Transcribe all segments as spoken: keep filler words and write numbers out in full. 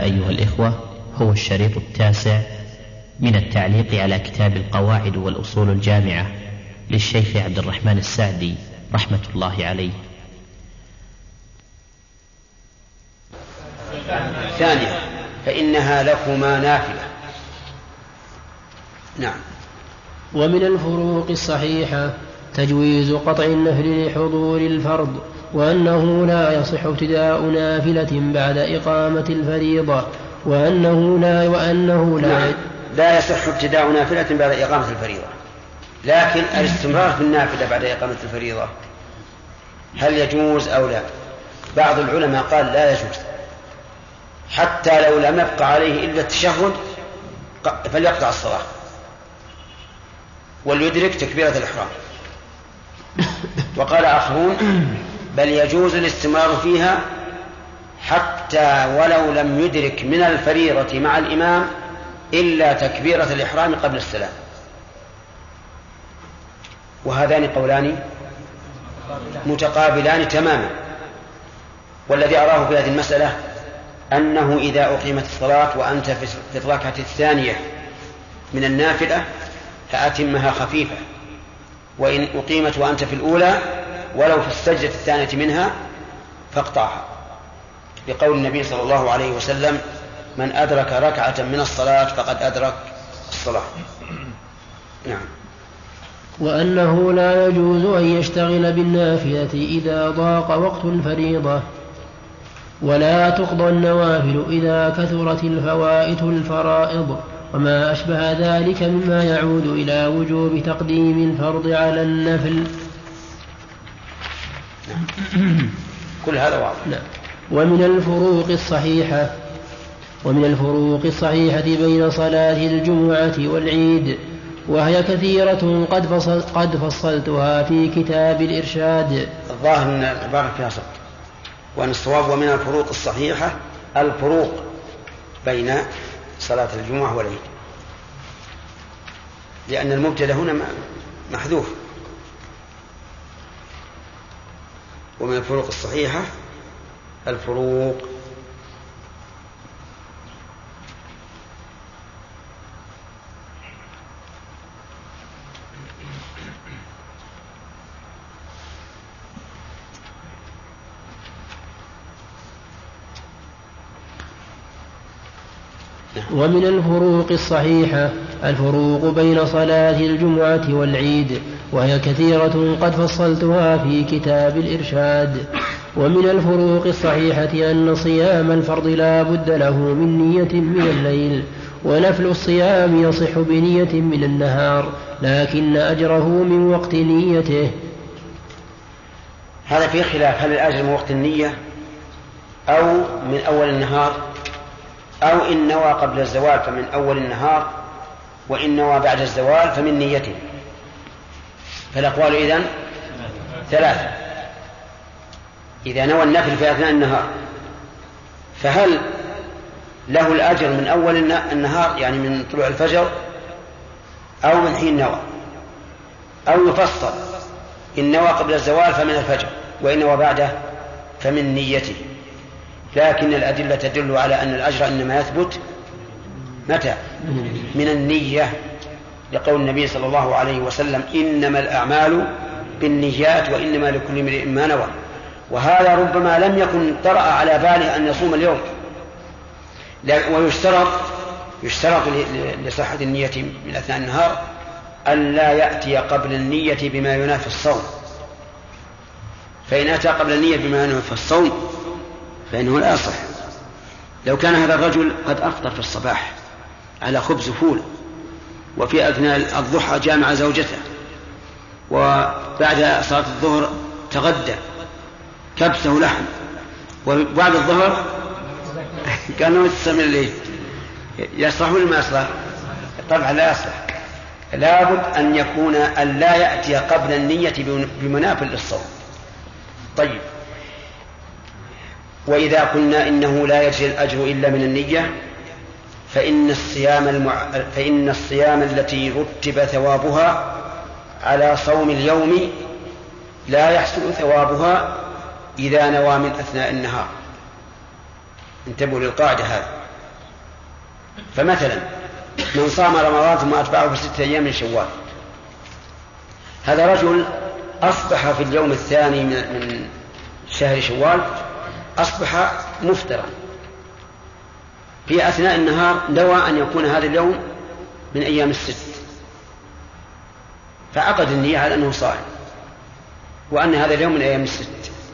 أيها الإخوة هو الشريط التاسع من التعليق على كتاب القواعد والأصول الجامعة للشيخ عبد الرحمن السعدي رحمة الله عليه. ثانيا فإنها لكما نافلة. نعم. ومن الفروق الصحيحة تجويز قطع النفل لحضور الفرض، وأنه لا يصح ابتداء نافلة بعد إقامة الفريضة، وأنه لا وأنه لا نعم. لا يصح ابتداء نافلة بعد إقامة الفريضة، لكن الاستمرار في النافلة بعد إقامة الفريضة هل يجوز أو لا؟ بعض العلماء قال لا يجوز، حتى لو لم يبقى عليه إلا التشهد فليقطع الصلاة وليدرك تكبيرة الإحرام. وقال آخرون بل يجوز الاستمرار فيها حتى ولو لم يدرك من الفريضة مع الإمام إلا تكبيرة الإحرام قبل السلام. وهذان قولان متقابلان تماما، والذي أراه في هذه المسألة أنه إذا أقيمت الصلاة وأنت في الركعة الثانية من النافلة فأتمها خفيفة، وإن أقيمت وأنت في الأولى ولو في السجدة الثانية منها فاقطعها، بقول النبي صلى الله عليه وسلم من أدرك ركعة من الصلاة فقد أدرك الصلاة. نعم. وأنه لا يجوز أن يشتغل بالنافلة إذا ضاق وقت الفريضة، ولا تقضى النوافل إذا كثرت الفوائت الفرائض، وما أشبه ذلك مما يعود إلى وجوب تقديم الفرض على النفل. كل هذا واضح. نعم. ومن الفروق الصحيحة ومن الفروق الصحيحة بين صلاة الجمعة والعيد، وهي كثيرة قد, فصل قد فصلتها في كتاب الإرشاد. الظاهر أن العبارة فيها صدق، وأن الصواب ومن الفروق الصحيحة الفروق بين صلاة الجمعة والعيد، لأن المبتدأ هنا محذوف. ومن الفروق الصحيحة الفروق ومن الفروق الصحيحة الفروق بين صلاة الجمعة والعيد، وهي كثيرة قد فصلتها في كتاب الإرشاد. ومن الفروق الصحيحة أن صيام الفرض لا بد له من نية من الليل، ونفل الصيام يصح بنية من النهار، لكن أجره من وقت نيته. هذا فيه خلاف، هل الأجر من وقت النية أو من أول النهار، أو إن نوى قبل الزوال فمن أول النهار، وإن نوى بعد الزوال فمن نيته. فالأقوال إذن ثلاثة. إذا نوى النفل في أثناء النهار فهل له الأجر من أول النهار يعني من طلوع الفجر، أو من حين نوى، أو يفصل إن نوى قبل الزوال فمن الفجر، وإن نوى بعده فمن نيته. لكن الأدلة تدل على أن الأجر إنما يثبت متى؟ من النية، لقول النبي صلى الله عليه وسلم إنما الأعمال بالنيات وإنما لكل امرئ ما نوى. وهذا ربما لم يكن طرأ على باله أن يصوم اليوم، ويشترط يشترط لصحة النية من أثناء النهار أن لا يأتي قبل النية بما ينافي الصوم، فإن أتى قبل النية بما ينافي الصوم فإنه لا يصح. لو كان هذا الرجل قد أفطر في الصباح على خبز فول، وفي أثناء الضحى جامع زوجته، وبعد صلاة الظهر تغدى كبسه لحم، وبعد الظهر كان يستمر الليل، يصلح ولا ما يصلح؟ طبعا لا يصلح. لابد أن يكون أن لا يأتي قبل النية بمنافل للصوم. طيب، وإذا قلنا إنه لا يجري الأجر إلا من النية فإن الصيام, المع... فإن الصيام التي رتب ثوابها على صوم اليوم لا يحصل ثوابها إذا نوى من أثناء النهار. انتبهوا للقاعدة هذه، فمثلا من صام رمضان ثم أتبعه بستة أيام من شوال، هذا رجل أصبح في اليوم الثاني من شهر شوال أصبح مفطرا، في أثناء النهار نوى أن يكون هذا اليوم من أيام الست، فعقد النية على أنه صائم وأن هذا اليوم من أيام الست.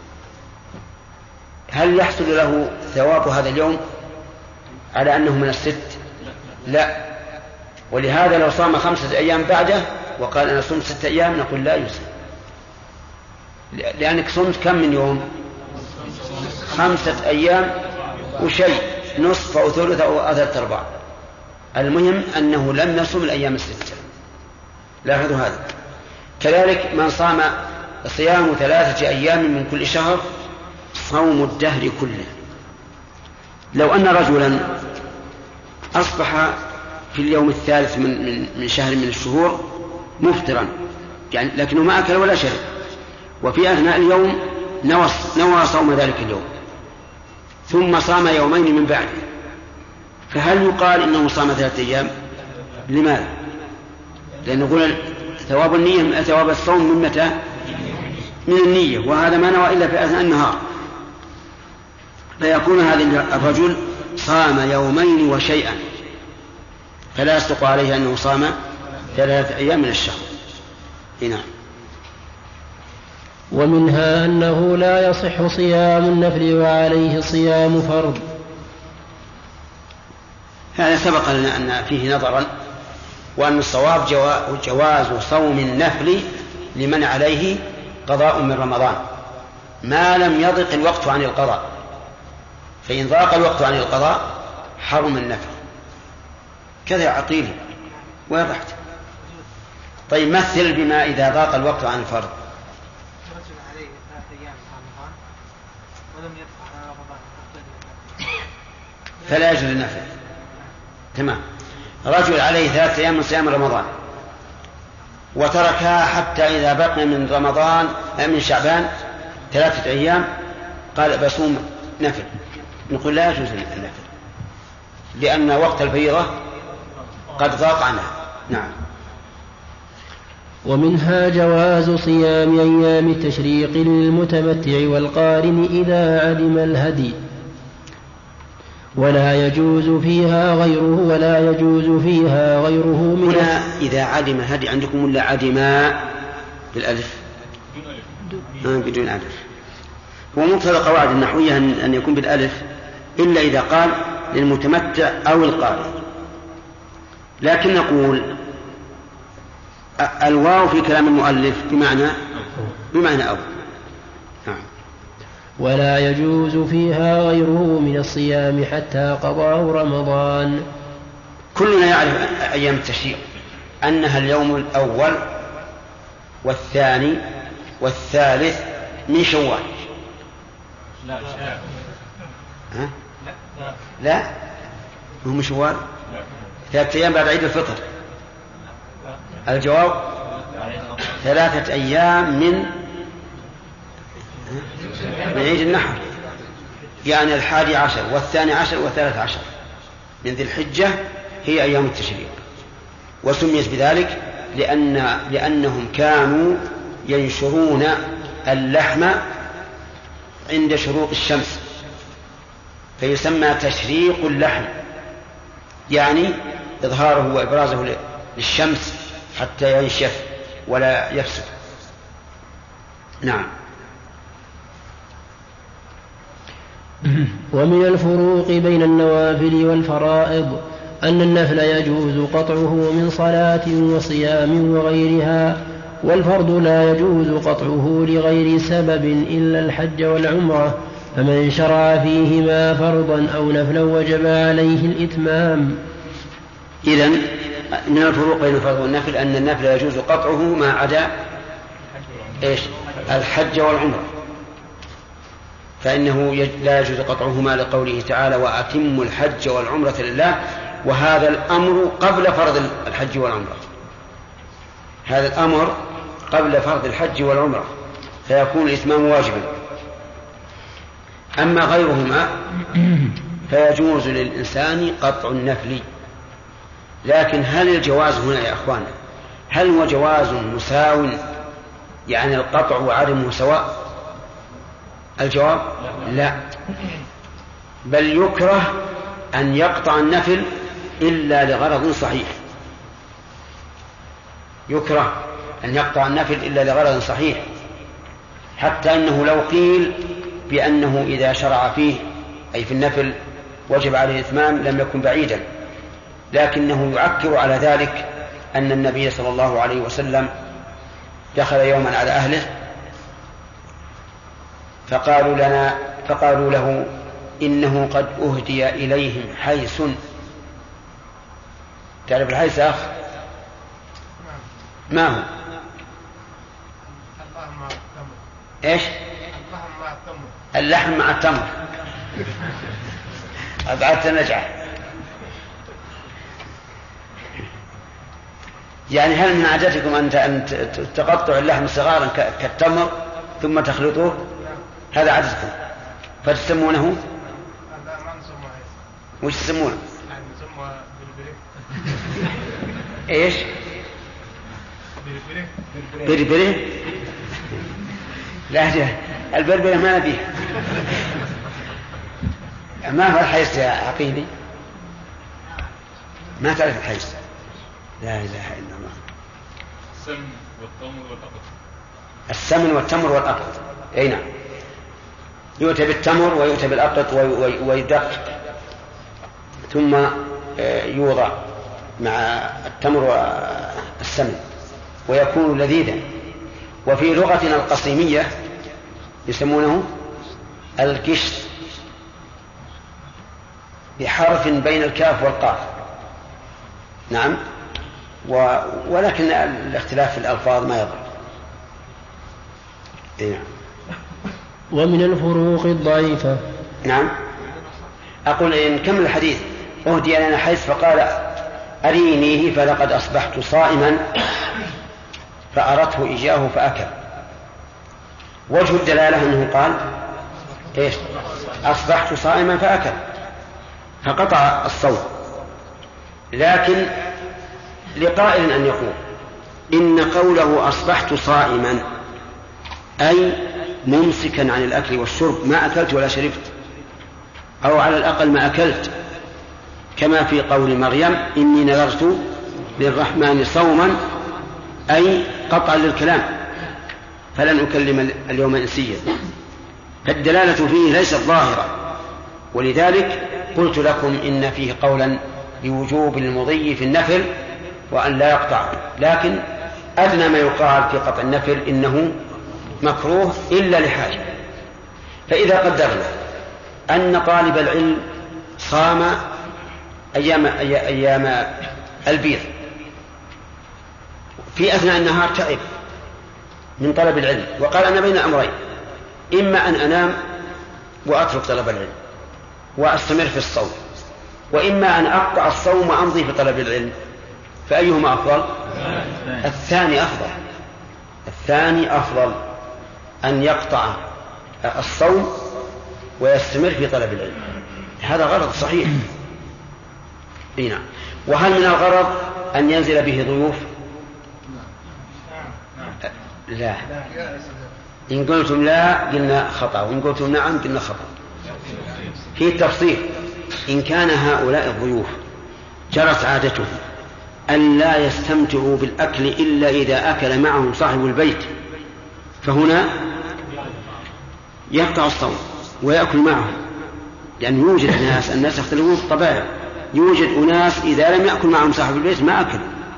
هل يحصل له ثواب هذا اليوم على أنه من الست؟ لا. ولهذا لو صام خمسة أيام بعده وقال أنا صمت ستة أيام نقول لا يصيم، لأنك صمت كم من يوم؟ خمسة أيام وشيء، نصف أو ثلث أو ثلاثة أرباع، المهم أنه لم يصم الأيام الستة. لاحظوا هذا. كذلك من صام صيام ثلاثة أيام من كل شهر صوم الدهر كله. لو أن رجلا أصبح في اليوم الثالث من, من, من شهر من الشهور مفطرا، يعني لكنه ما أكل ولا شرب، وفي أثناء اليوم نوى, نوى صوم ذلك اليوم ثم صام يومين من بعده، فهل يقال إنه صام ثلاثة أيام؟ لماذا؟ لأن نقول ثواب النية ثواب الصوم من متى؟ من النية، وهذا ما نوى إلا في أثناء النهار، فيكون هذا الرجل صام يومين وشيئا، فلا يصدق عليه أنه صام ثلاثة أيام من الشهر. هنا ومنها أنه لا يصح صيام النفل وعليه صيام فرض. هذا سبق لنا أن فيه نظرا، وأن الصواب جواز صوم النفل لمن عليه قضاء من رمضان ما لم يضق الوقت عن القضاء، فإن ضاق الوقت عن القضاء حرم النفل. كذا عقيل وضحت. طيب مثل بما إذا ضاق الوقت عن الفرض. فلا يجوز النفل. تمام. رجل عليه ثلاثة أيام من صيام رمضان وتركها حتى إذا بقي من رمضان من شعبان ثلاثة أيام قال بصوم نفل، نقول لا يجوز النفل لأن وقت الفريضة قد ضاق عنها. نعم. ومنها جواز صيام أيام التشريق للمتمتع والقارن إذا عدم الهدي، ولا يجوز فيها غيره ولا يجوز فيها غيره من هنا إذا عدم الهدي عندكم ولا عدما بالألف؟ آه بدون ألف. هو مقتضى القواعد النحوية أن يكون بالألف إلا إذا قال للمتمتع أو القارن، لكن نقول الواو في كلام المؤلف بمعنى بمعنى أو. نعم. ولا يجوز فيها غيره من الصيام حتى قضاء رمضان. كلنا يعرف أيام التشريق أنها اليوم الأول والثاني والثالث من شوال. لا ها؟ لا هو من شوال ثلاثة أيام بعد عيد الفطر. الجواب ثلاثة أيام من من عيد النحر، يعني الحادي عشر والثاني عشر والثالث عشر من ذي الحجة هي أيام التشريق، وسميت بذلك لأن لأنهم كانوا ينشرون اللحم عند شروق الشمس، فيسمى تشريق اللحم، يعني إظهاره وإبرازه للشمس حتى ينشف ولا يفسد. نعم. ومن الفروق بين النوافل والفرائض أن النفل يجوز قطعه من صلاة وصيام وغيرها، والفرض لا يجوز قطعه لغير سبب إلا الحج والعمرة، فمن شرع فيهما فرضا أو نفلا وجب عليه الإتمام. إذن من الفروق بين الفرض والنفل أن النفل يجوز قطعه ما عدا إيش؟ الحج والعمرة، فإنه لا يجوز قطعهما لقوله تعالى وأتموا الحج والعمرة لله، وهذا الأمر قبل فرض الحج والعمرة، هذا الأمر قبل فرض الحج والعمرة، فيكون الإتمام واجبا. أما غيرهما فيجوز للإنسان قطع النفل لكن هل الجواز هنا يا أخوان هل هو جواز مساو يعني القطع وعدمه سواء؟ الجواب لا، بل يكره أن يقطع النفل إلا لغرض صحيح. يكره أن يقطع النفل إلا لغرض صحيح، حتى أنه لو قيل بأنه إذا شرع فيه أي في النفل وجب عليه الإتمام لم يكن بعيدا، لكنه يعكر على ذلك أن النبي صلى الله عليه وسلم دخل يوما على أهله فقالوا لنا فقالوا له إنه قد أهدي إليهم حيث. تعرف الحيث يا أخ؟ ما هو؟ إيش؟ اللحم مع التمر. أبعدت نجعة. يعني هل من عادتكم أن تقطعوا اللحم صغارا كالتمر ثم تخلطوه؟ هذا عادتكم فتسمونه؟ وش تسمونه؟ ايش؟ بربره. لا البربره ما نبيه. ما هو الحيث يا عقيلي؟ ما تعرف الحيث؟ لا اله الا الله. السمن والتمر والأقط. السمن والتمر والأقط. اي نعم، يؤتى بالتمر ويؤتى بالأقط ويدق ثم يوضع مع التمر والسمن ويكون لذيذا. وفي لغتنا القصيمية يسمونه الكشت بحرف بين الكاف والقاف. نعم، و... ولكن الاختلاف في الألفاظ ما يضر. نعم. ومن الفروق الضعيفة. نعم، أقول إن كمل الحديث. أهدي لنا حيث فقال أرينيه فلقد أصبحت صائما فأردته إياه فأكل. وجه الدلالة أنه قال إيش؟ أصبحت صائما فأكل فقطع الصوم. لكن لقائل أن يقول إن قوله أصبحت صائما أي ممسكا عن الأكل والشرب، ما أكلت ولا شربت، أو على الأقل ما أكلت، كما في قول مريم إني نذرت للرحمن صوما أي قطعا للكلام فلن أكلم اليوم إنسيا. فالدلالة فيه ليست ظاهرة، ولذلك قلت لكم إن فيه قولا بوجوب المضي في النفل وأن لا يقطع، لكن أدنى ما يقال في قطع النفل إنه مكروه إلا لحاجة. فإذا قدرنا أن طالب العلم صام أيام, أيام البيض في أثناء النهار تعب من طلب العلم وقال أنا بين أمرين، إما أن أنام وأترك طلب العلم وأستمر في الصوم، وإما أن أقطع الصوم وأمضي في طلب العلم، فأيهما أفضل؟ الثاني أفضل. الثاني أفضل أن يقطع الصوم ويستمر في طلب العلم، هذا غرض صحيح. نعم. وهل من الغرض أن ينزل به ضيوف؟ لا. إن قلتم لا قلنا خطأ، وإن قلتم نعم قلنا خطأ. في تفصيل. إن كان هؤلاء الضيوف جرت عادتهم أن لا يستمتعوا بالأكل إلا إذا أكل معهم صاحب البيت، فهنا يقطع الصوم ويأكل معهم، لأن يوجد ناس الناس يختلفون في الطبائع، يوجد أناس إذا لم يأكل معهم صاحب البيت ما أكل،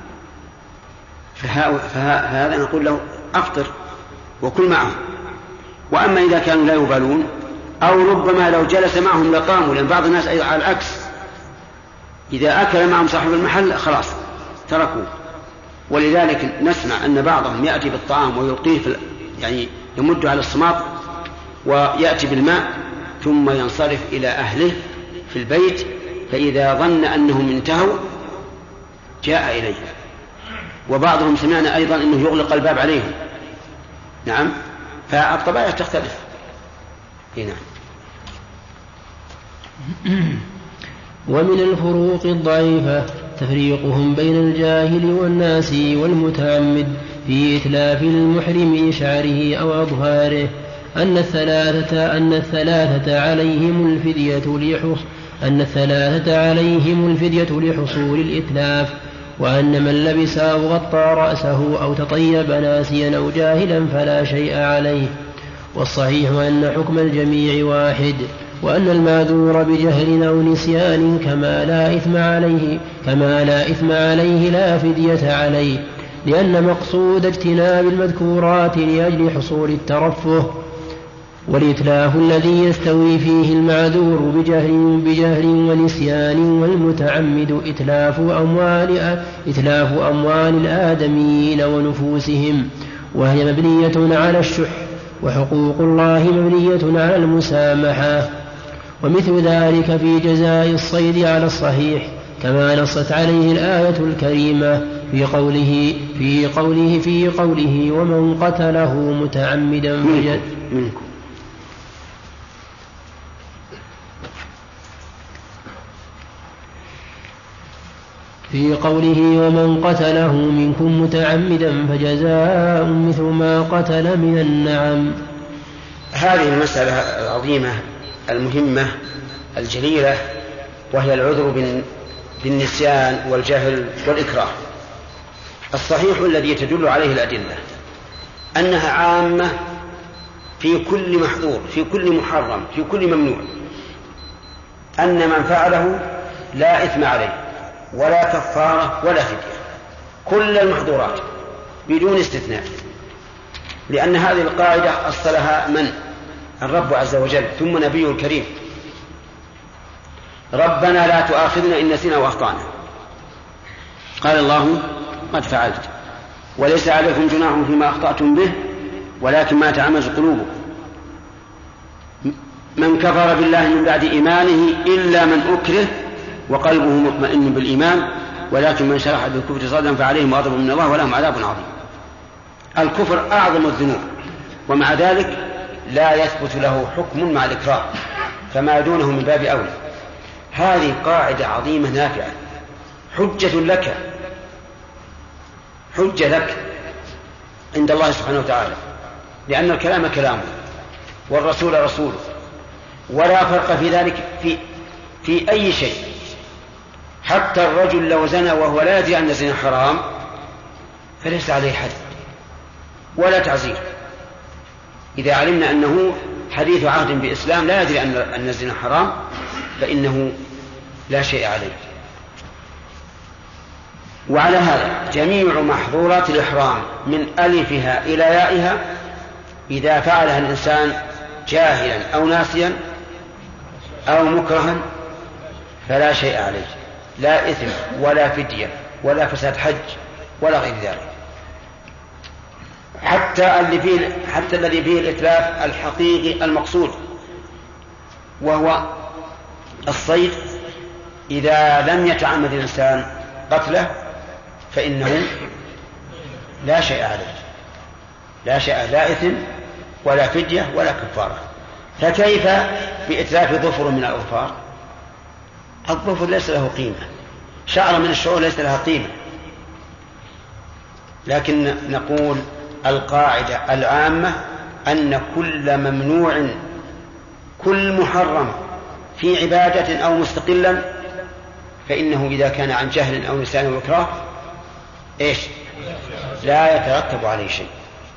فهذا نقول له أفطر وكل معهم. وأما إذا كانوا لا يبالون أو ربما لو جلس معهم لقاموا، لأن بعض الناس أيضا على العكس إذا أكل معهم صاحب المحل خلاص تركوه. ولذلك نسمع أن بعضهم يأتي بالطعام ويلقيه في يعني يمد على الصماط ويأتي بالماء ثم ينصرف إلى أهله في البيت، فإذا ظن أنهم انتهوا جاء إليه. وبعضهم سمعنا أيضا أنه يغلق الباب عليهم. نعم، فالطبائع تختلف. نعم. ومن الفروق الضعيفة تفريقهم بين الجاهل والناس والمتعمد في إتلاف المحرم شعره أو أظهاره أن الثلاثة أن الثلاثة عليهم الفدية لحصول أن الثلاثة عليهم الفدية لحصول الإتلاف، وأن من لبس أو غطى رأسه أو تطيب ناسيا أو جاهلا فلا شيء عليه. والصحيح أن حكم الجميع واحد، وأن المعذور بجهل أو نسيان كما لا إثم عليه كما لا إثم عليه لا فدية عليه، لأن مقصود اجتناب المذكورات لأجل حصول الترفه، والإتلاف الذي يستوي فيه المعذور بجهل بجهل ونسيان والمتعمد إتلاف أموال إتلاف أموال الآدميين ونفوسهم، وهي مبنية على الشح، وحقوق الله مبنية على المسامحة. ومثل ذلك في جزاء الصيد على الصحيح كما نصت عليه الآية الكريمة في قوله في قوله في قوله ومن قتله متعمدا فجد في قوله ومن قتله منكم متعمدا فجزاء مثل ما قتل من النعم. هذه المسألة العظيمة المهمة الجليلة، وهي العذر بالنسيان والجهل والإكراه. الصحيح الذي تدل عليه الأدلة أنها عامة في كل محظور، في كل محرم، في كل ممنوع، أن من فعله لا إثم عليه ولا كفارة ولا فدية، كل المحظورات بدون استثناء، لأن هذه القاعدة أصلها من؟ الرب عز وجل، ثم نبيه الكريم: ربنا لا تؤاخذنا إن نسينا وأخطأنا. قال الله: قد فعلت، وليس عليكم جناح فيما أخطأتم به ولكن ما تعمدت قلوبكم. من كفر بالله من بعد إيمانه إلا من أكره وقلبه مطمئن بالإيمان ولكن من شرح بالكفر صدرا فعليهم غضب من الله ولهم عذاب عظيم. الكفر أعظم الذنوب، ومع ذلك لا يثبت له حكم مع الإكراه، فما دونه من باب أولى. هذه قاعدة عظيمة نافعة، حجة لك حجة لك عند الله سبحانه وتعالى، لأن الكلام كلامه والرسول رسوله، ولا فرق في ذلك في, في أي شيء. حتى الرجل لو زنى وهو لا يدري أن الزنا حرام فليس عليه حد ولا تعزير. إذا علمنا أنه حديث عهد بإسلام لا يدري أن الزنا حرام فإنه لا شيء عليه. وعلى هذا جميع محظورات الإحرام من ألفها إلى يائها إذا فعلها الإنسان جاهلا أو ناسيا أو مكرها فلا شيء عليه، لا إثم ولا فدية ولا فساد حج ولا غير ذلك. حتى, اللي فيه حتى الذي فيه الإتلاف الحقيقي المقصود وهو الصيد، إذا لم يتعمد الإنسان قتله فإنه لا شيء عليه، لا شيء، لا إثم ولا فدية ولا كفارة. فكيف بإتلاف ظفر من الأظفار؟ الظفر ليس له قيمة، شعر من الشعور ليس لها قيمة. لكن نقول القاعدة العامة أن كل ممنوع، كل محرم في عبادة أو مستقلا، فإنه إذا كان عن جهل أو نسيان أو إكراه إيش؟ لا يترتب عليه شيء.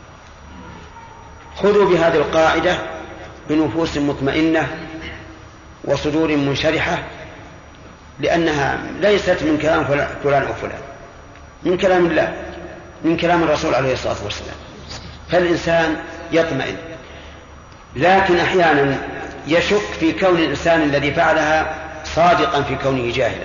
خذوا بهذه القاعدة بنفوس مطمئنة وصدور منشرحة، لأنها ليست من كلام فلان أو فلان، من كلام الله، من كلام الرسول عليه الصلاة والسلام. فالإنسان يطمئن. لكن أحيانا يشك في كون الإنسان الذي فعلها صادقا في كونه جاهلا،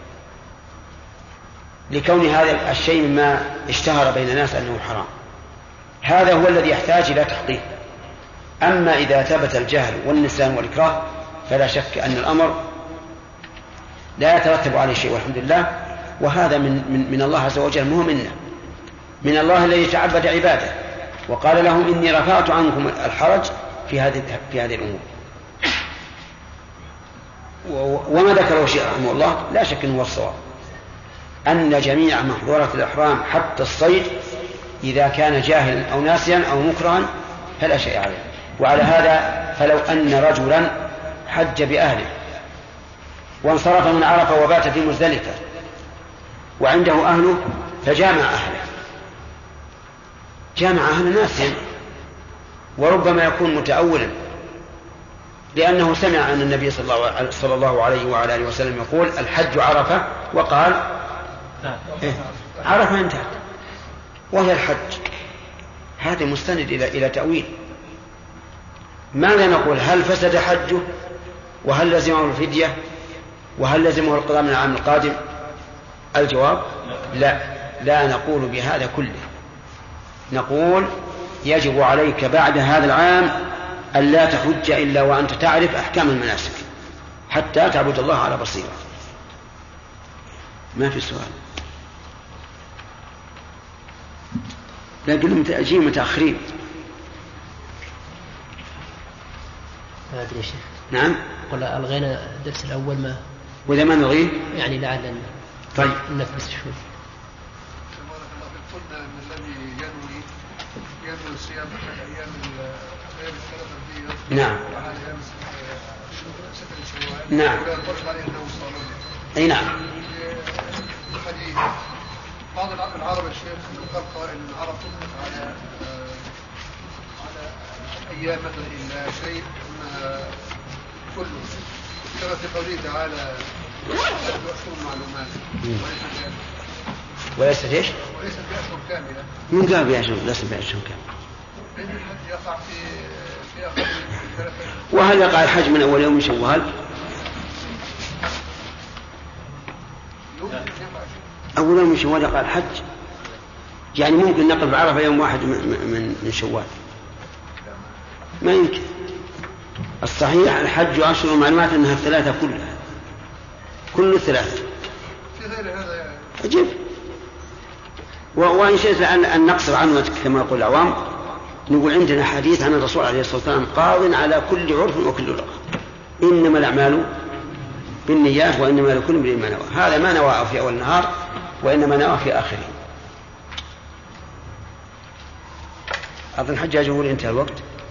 لكون هذا الشيء مما اشتهر بين الناس أنه حرام. هذا هو الذي يحتاج إلى تحقيق. أما إذا ثبت الجهل والنسيان والإكراه فلا شك أن الأمر لا يترتب عليه شيء، والحمد لله. وهذا من, من, من الله عز وجل، مو منا، من الله الذي تعبد عباده وقال لهم إني رفعت عنكم الحرج في هذه في هذه الأمور. وما ذكره شيء رحمه الله لا شك أنه هو الصواب. أن جميع محظورات الإحرام حتى الصيد إذا كان جاهلا أو ناسيا أو مكرها فلا شيء عليه. وعلى هذا فلو أن رجلا حج بأهله وانصرف من عرفة وبات في مزدلفة وعنده أهله فجامع أهله جامع أهله ناسيا، وربما يكون متأولا لأنه سمع أن النبي صلى الله عليه وعلى آله وسلم يقول الحج عرفة، وقال إيه عرفة انتهت وهي الحج. هذا مستند إلى إلى تأويل. ماذا نقول؟ هل فسد حجه؟ وهل لزمه الفدية؟ وهل لزمه القضاء من العام القادم؟ الجواب لا، لا نقول بهذا كله. نقول يجب عليك بعد هذا العام أن لا تحج إلا وأنت تعرف أحكام المناسك حتى تعبد الله على بصيرة. ما في سؤال؟ لكن أجيب متأخرين. ما أدري شيخ. نعم. قل ألغينا الدرس الأول ما. وإذا ما نلغيه؟ يعني لعلنا. طيب. نفس شوي. قلنا أن الذي ينوي ينوي الصيام في أيام غير الثلاثة دي. نعم. وعلى أيام ستة شوال. نعم. ولا يقول عليه أنه صالون. أي نعم. الحديث بعض العرب الشيخ قال قائل ان العرب تطلق على على ايام مثلا الا شيء انها كله كما في قوله تعالى اشهر معلومات وليست ايش؟ وليست باشهر كامله. من قال باشهر؟ ليست باشهر كامله. لان الحج يقع في في اقل من ثلاثه. وهل يقع الحج من اول يوم من شوال؟ أولا من شوال يقع الحج، يعني ممكن نقف عرفة يوم واحد من من شوال؟ ما يمكن. الصحيح الحج أشهر معلومات أنها الثلاثة كلها، كل الثلاثة. في غير هذا أجيب. وإن شئت أن نقصر عنه كما يقول العوام نقول عندنا حديث عن الرسول عليه الصلاة والسلام قاض على كل عرف وكل لغة، إنما الأعمال بالنيات وإنما لكل امرئ ما نوى. هذا ما نوى في أول النهار وإنما نوى في آخره. أظن حجاج يقول انتهى الوقت.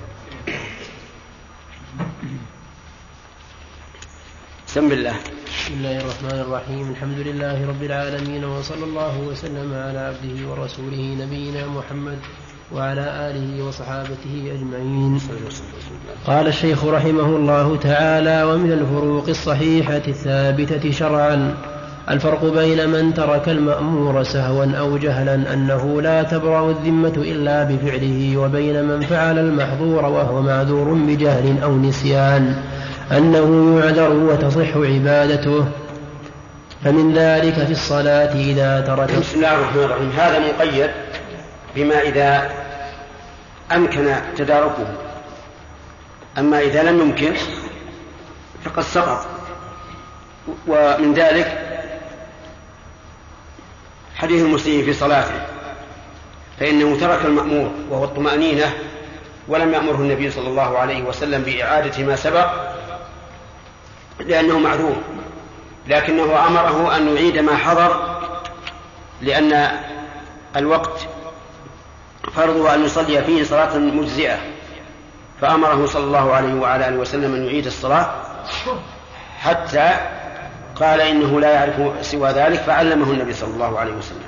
بسم الله. بسم الله الرحمن الرحيم. الحمد لله رب العالمين، وصلى الله وسلم على عبده ورسوله نبينا محمد وعلى آله وصحابته أجمعين. قال الشيخ رحمه الله تعالى: ومن الفروق الصحيحة الثابتة شرعا الفرق بين من ترك المأمور سهوا أو جهلا أنه لا تبرأ الذمة إلا بفعله، وبين من فعل المحظور وهو معذور بجهل أو نسيان أنه يعذر وتصح عبادته. فمن ذلك في الصلاة إذا ترك. بسم الله الرحمن الرحيم. هذا مقيد بما إذا أمكن تداركه، أما إذا لم يمكن فقد سقط. ومن ذلك حديث المسيء في صلاته، فإنه ترك المأمور وهو الطمأنينة ولم يأمره النبي صلى الله عليه وسلم بإعادة ما سبق لأنه معذور، لكنه أمره أن يعيد ما حضر لأن الوقت فرضه أن يصلي فيه صلاة مجزئة، فأمره صلى الله عليه وعلى آله وسلم أن يعيد الصلاة حتى قال إنه لا يعرف سوى ذلك، فعلمه النبي صلى الله عليه وسلم.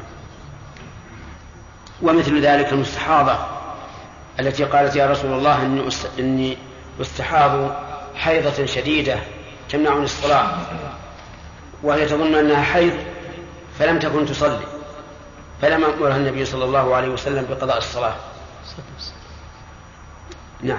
ومثل ذلك المستحاضة التي قالت: يا رسول الله إني استحاض حيضة شديدة تمنعني الصلاة، وهي تظن أنها حيض فلم تكن تصلي، فلم أمرها النبي صلى الله عليه وسلم بقضاء الصلاة. نعم.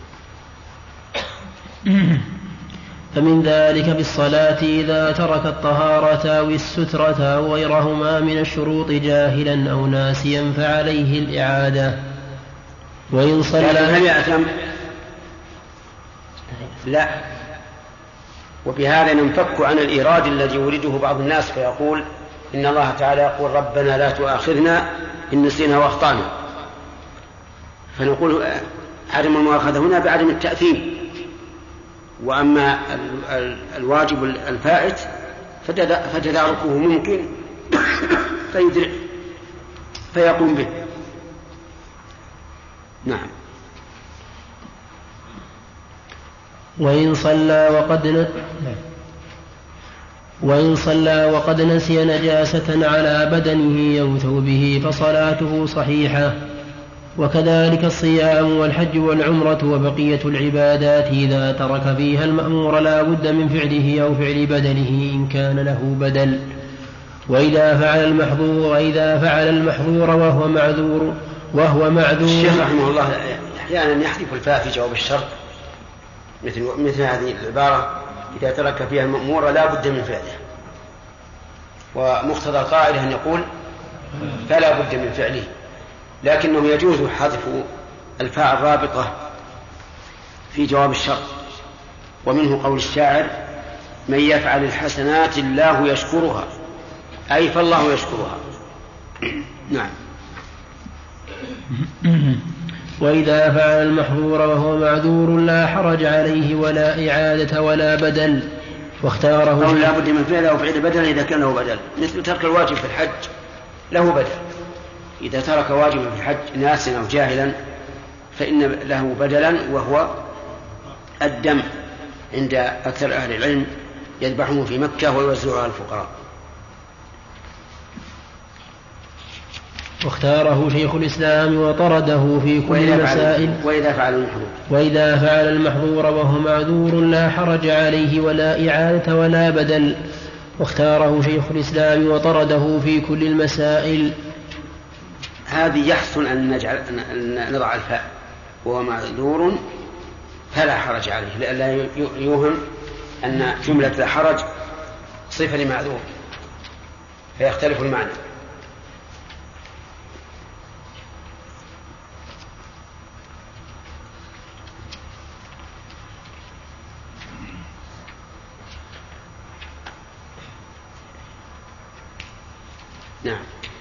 فمن ذلك بالصلاة إذا ترك الطهارة أو السترة أو غيرهما من الشروط جاهلا أو ناسيا فعليه الإعادة. وإن صلى هل يأثم؟ لا. وبهذا ننفك عن الإيراد الذي يريده بعض الناس فيقول إن الله تعالى يقول: ربنا لا تؤاخذنا إن نسينا وأخطأنا، فنقول عدم المؤاخذة هنا بعدم التأثيم. وأما الواجب الفائت فتداركه ممكن فيدرك فيقوم به. نعم. وإن صلى وقد ن... وإن صلى وقد نسي نجاسة على بدنه أو ثوبه فصلاته صحيحة. وكذلك الصيام والحج والعمرة وبقية العبادات إذا ترك فيها المأمور لا بد من فعله أو فعل بدله إن كان له بدل. وإذا فعل المحظور وإذا فعل المحظور وهو معذور وهو معذور. الشيخ رحمه الله أحيانا يحذف الفاء في جواب الشرط مثل مثل هذه العبارة إذا ترك فيها المأمور لا بد من فعله، ومقتضى القاعدة أن يقول فلا بد من فعله، لكنه يجوز حذف الفاء الرابطة في جواب الشرط. ومنه قول الشاعر: من يفعل الحسنات الله يشكرها، أي فالله يشكرها. نعم. وإذا فعل المحظور وهو معذور لا حرج عليه ولا إعادة ولا بدل. واختاره أو لا بد من فعله أو فعل بدل إذا كان له بدل، مثل ترك الواجب في الحج له بدل. إذا ترك واجبا في الحج ناسا أو جاهلا فإن له بدلا، وهو الدم عند أكثر أهل العلم، يذبحه في مكة ويوزعه على الفقراء. واختاره شيخ الإسلام وطرده في كل المسائل. وإذا فعل المحظور وإذا فعل المحظور وهو معذور لا حرج عليه ولا إعادة ولا بدل. واختاره شيخ الإسلام وطرده في كل المسائل. هذه يحسن أن نجعل أن نضع الفاء وهو معذور فلا حرج عليه، لئلا يوهم أن جملة لا حرج صفة لمعذور فيختلف المعنى. نعم.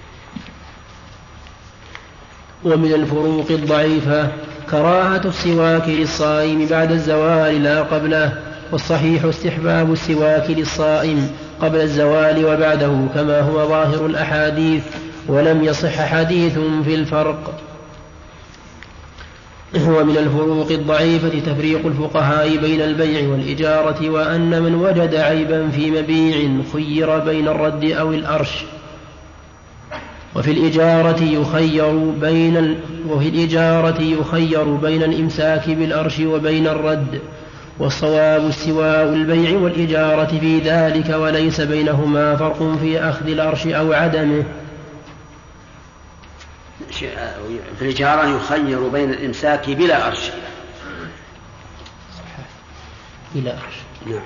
ومن الفروق الضعيفة كراهة السواك للصائم بعد الزوال لا قبله، والصحيح استحباب السواك للصائم قبل الزوال وبعده كما هو ظاهر الأحاديث، ولم يصح حديث في الفرق. ومن الفروق الضعيفة تفريق الفقهاء بين البيع والإجارة، وأن من وجد عيبا في مبيع خير بين الرد أو الأرش، وفي الإجارة يخير بين ال... وفي الإجارة يخير بين الإمساك بالأرش وبين الرد، والصواب استواء البيع والإجارة في ذلك، وليس بينهما فرق في أخذ الأرش أو عدمه. في الإجارة يخير بين الإمساك بلا أرش. بلا أرش. نعم.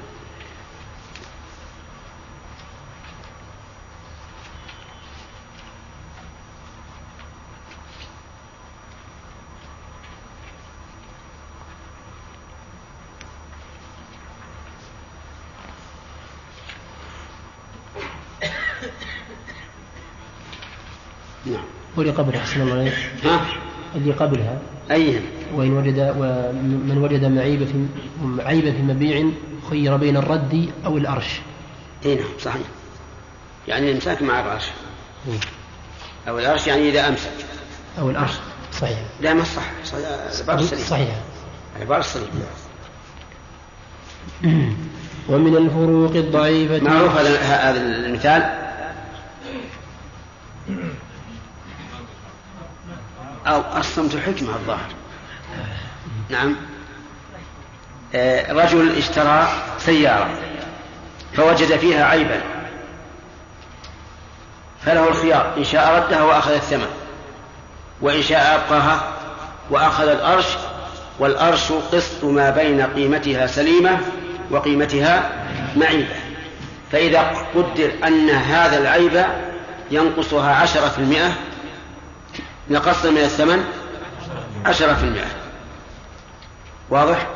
نعم. واللي قبلها أحسن الله عليك. ها؟ اللي قبلها أيها. وإن وجد ومن وجد معيب في عيب في مبيع خير بين الرد أو الأرش. إيه نعم صحيح. يعني الإمساك مع الأرش. أو الأرش يعني إذا أمسك. أو الأرش صحيح. لا ما صح. صحيح. صحيح. عبارة صحيح. ومن الفروق الضعيفة معروف هذا المثال. أو الصمت حكمة الظاهر. نعم. آه رجل اشترى سيارة فوجد فيها عيبا، فله الخيار إن شاء ردها وأخذ الثمن، وإن شاء أبقاها وأخذ الأرش، والأرش قسط ما بين قيمتها سليمة وقيمتها معيبة. فإذا قدر أن هذا العيب ينقصها عشرة في المئة نقص من الثمن عشرة في المئة. واضح؟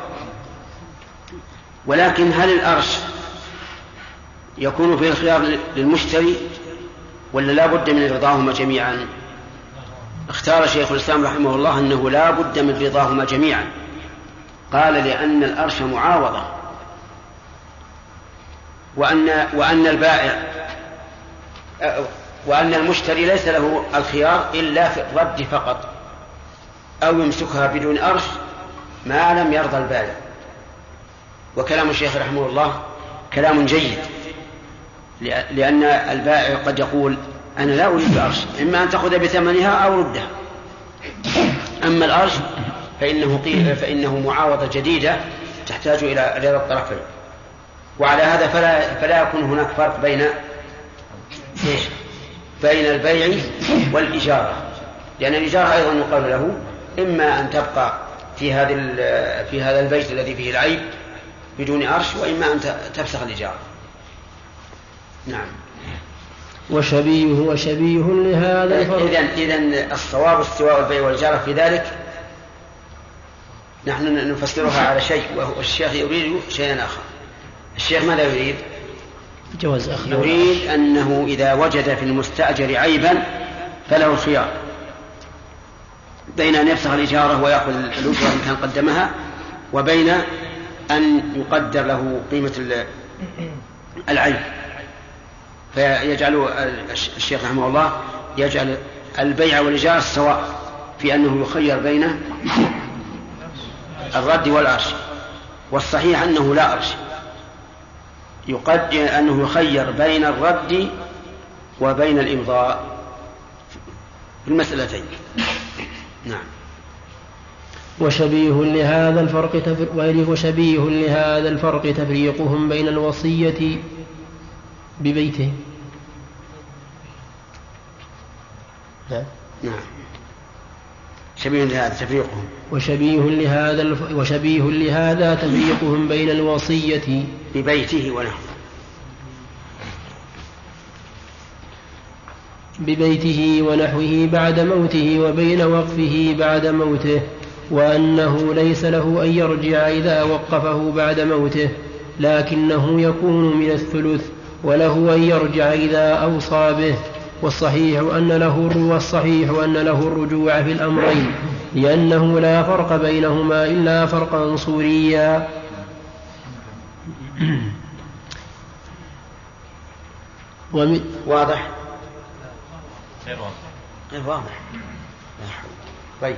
ولكن هل الأرش يكون فيه الخيار للمشتري ولا لا بد من رضاهما جميعا؟ اختار شيخ الإسلام رحمه الله أنه لا بد من رضاهما جميعا. قال لأن الأرش معاوضة، وأن, وأن البائع وأن المشتري ليس له الخيار إلا في الرد فقط، أو يمسكها بدون أرش ما لم يرضى البائع. وكلام الشيخ رحمه الله كلام جيد، لأن البائع قد يقول أنا لا أريد أرش، إما أن تأخذ بثمنها أو ردها. أما الأرش فإنه, فإنه معاوضة جديدة تحتاج إلى رضا الطرفين. وعلى هذا فلا, فلا يكون هناك فرق بين بين البيع والإجارة، لأن الإجارة أيضا يقال له إما أن تبقى في هذا في هذا البيت الذي فيه العيب بدون أرش، وإما أن تفسخ الإجارة. نعم. وشبيه وشبيه لهذا الفرق. إذن إذن الصواب استواء البيع والإجارة في ذلك نحن نفسرها على شيء، والشيخ يريد شيئا آخر. الشيخ ماذا يريد؟ جواز أخذ يريد أنه إذا وجد في المستأجر عيبا فله الخيار بين أن يفسخ الإجارة ويأخذ الأجرة إن كان قدمها، وبين أن يقدر له قيمة العيب. فيجعل الشيخ رحمه الله يجعل البيع والإجارة سواء في أنه يخير بين الرد والأرش. والصحيح أنه لا أرش، يقدر أنه يخير بين الرد وبين الإمضاء في المسألتين. نعم. وشبيه لهذا الفرق تفر... وشبيه لهذا الفرق تفريقهم بين الوصية ببيته. نعم. نعم. شبيه لهذا تفريقهم وشبيه لهذا الف... وشبيه لهذا تفريقهم بين الوصية ببيته ونحوه ببيته ونحوه بعد موته وبين وقفه بعد موته، وأنه ليس له أن يرجع إذا وقفه بعد موته، لكنه يكون من الثلث، وله أن يرجع إذا أوصى به. والصحيح أن له والصحيح أن له الرجوع في الأمرين، لأنه لا فرق بينهما إلا فرقا صوريا. ومن واضح غير واضح. طيب،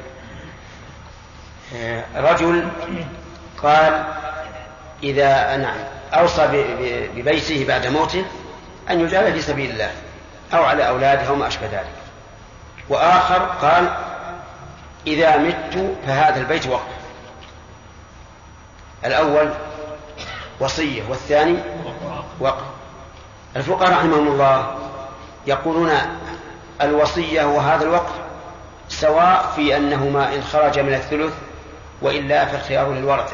رجل قال إذا نعم أوصى ببيته بعد موته أن يجعل في سبيل الله أو على أولاده أو ما أشبه ذلك. وآخر قال إذا مت فهذا البيت وقف. الأول وصية والثاني وقف. الفقهاء رحمهم الله يقولون الوصية وهذا الوقف سواء في أنهما إن خرج من الثلث وإلا فالخيار للورثة،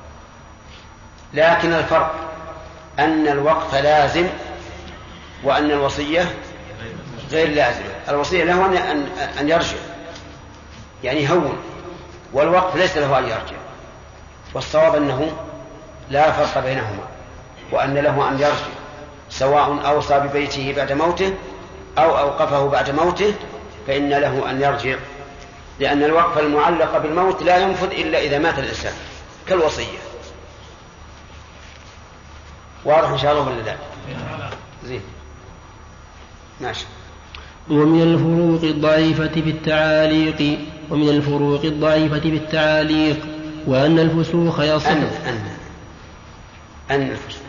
لكن الفرق أن الوقف لازم وأن الوصية غير لازمة. الوصية له أن يرجع يعني هون، والوقف ليس له أن يرجع. والصواب أنه لا فرق بينهما، وأن له أن يرجع سواء أوصى ببيته بعد موته أو أوقفه بعد موته، فإن له أن يرجع، لأن الوقف المعلق بالموت لا ينفذ إلا إذا مات الإنسان كالوصية. واضح إن شاء الله ولا لا؟ زين ماشي. ومن الفروق الضعيفة في التعاليق ومن الفروق الضعيفة في التعاليق وأن الفسوخ يصح أن أن أن الفسوخ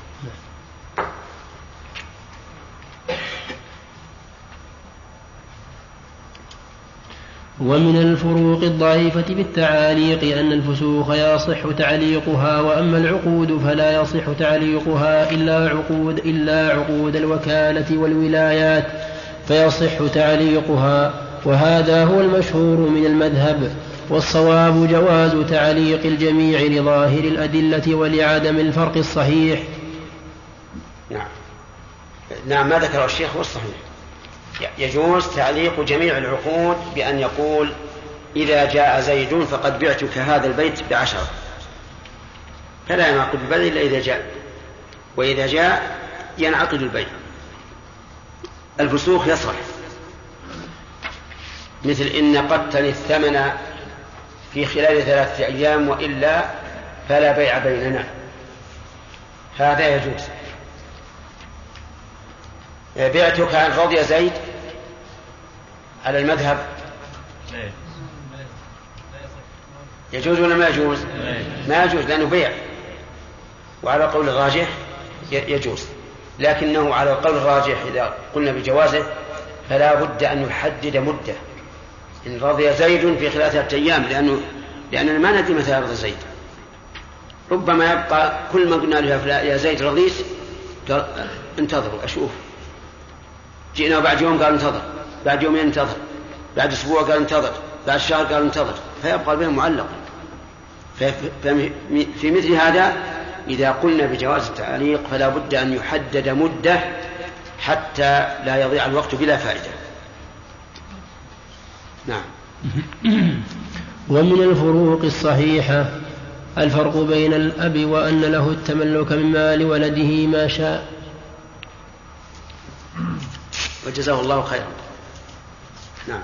ومن الفروق الضعيفة بالتعاليق أن الفسوخ يصح تعليقها، وأما العقود فلا يصح تعليقها إلا عقود إلا عقود الوكالة والولايات فيصح تعليقها، وهذا هو المشهور من المذهب. والصواب جواز تعليق الجميع لظاهر الأدلة ولعدم الفرق الصحيح. نعم نعم ما ذكر الشيخ هو الصحيح. يجوز تعليق جميع العقود بأن يقول إذا جاء زيد فقد بعتك هذا البيت بعشرة، فلا ينعقد البيع إلا إذا جاء، وإذا جاء ينعقد البيع. الفسوخ يصح، مثل إن قدتني الثمن في خلال ثلاثة أيام وإلا فلا بيع بيننا، هذا يجوز. بعتك عن رضي زيد على المذهب يجوز ولا ما يجوز؟ ما يجوز لأنه بيع، وعلى قول الراجح يجوز، لكنه على القول الراجح إذا قلنا بجوازه فلا بد أن يحدد مدة. إن رضي زيد في ثلاثة أيام، لأنه لأننا ما ندري متى يرضى زيد، ربما يبقى كل ما قلنا له يا زيد رضيت قال انتظروا أشوف، جئنا بعد يوم قال انتظر، بعد يومين انتظر، بعد أسبوع قال انتظر، بعد شهر قال انتظر، فيبقى بهم معلق. في مثل هذا إذا قلنا بجواز التعليق فلا بد أن يحدد مدة حتى لا يضيع الوقت بلا فائدة. نعم. ومن الفروق الصحيحة الفرق بين الأب وأن له التملك من مال ولده ما شاء. وجزاه الله خيرا. نعم.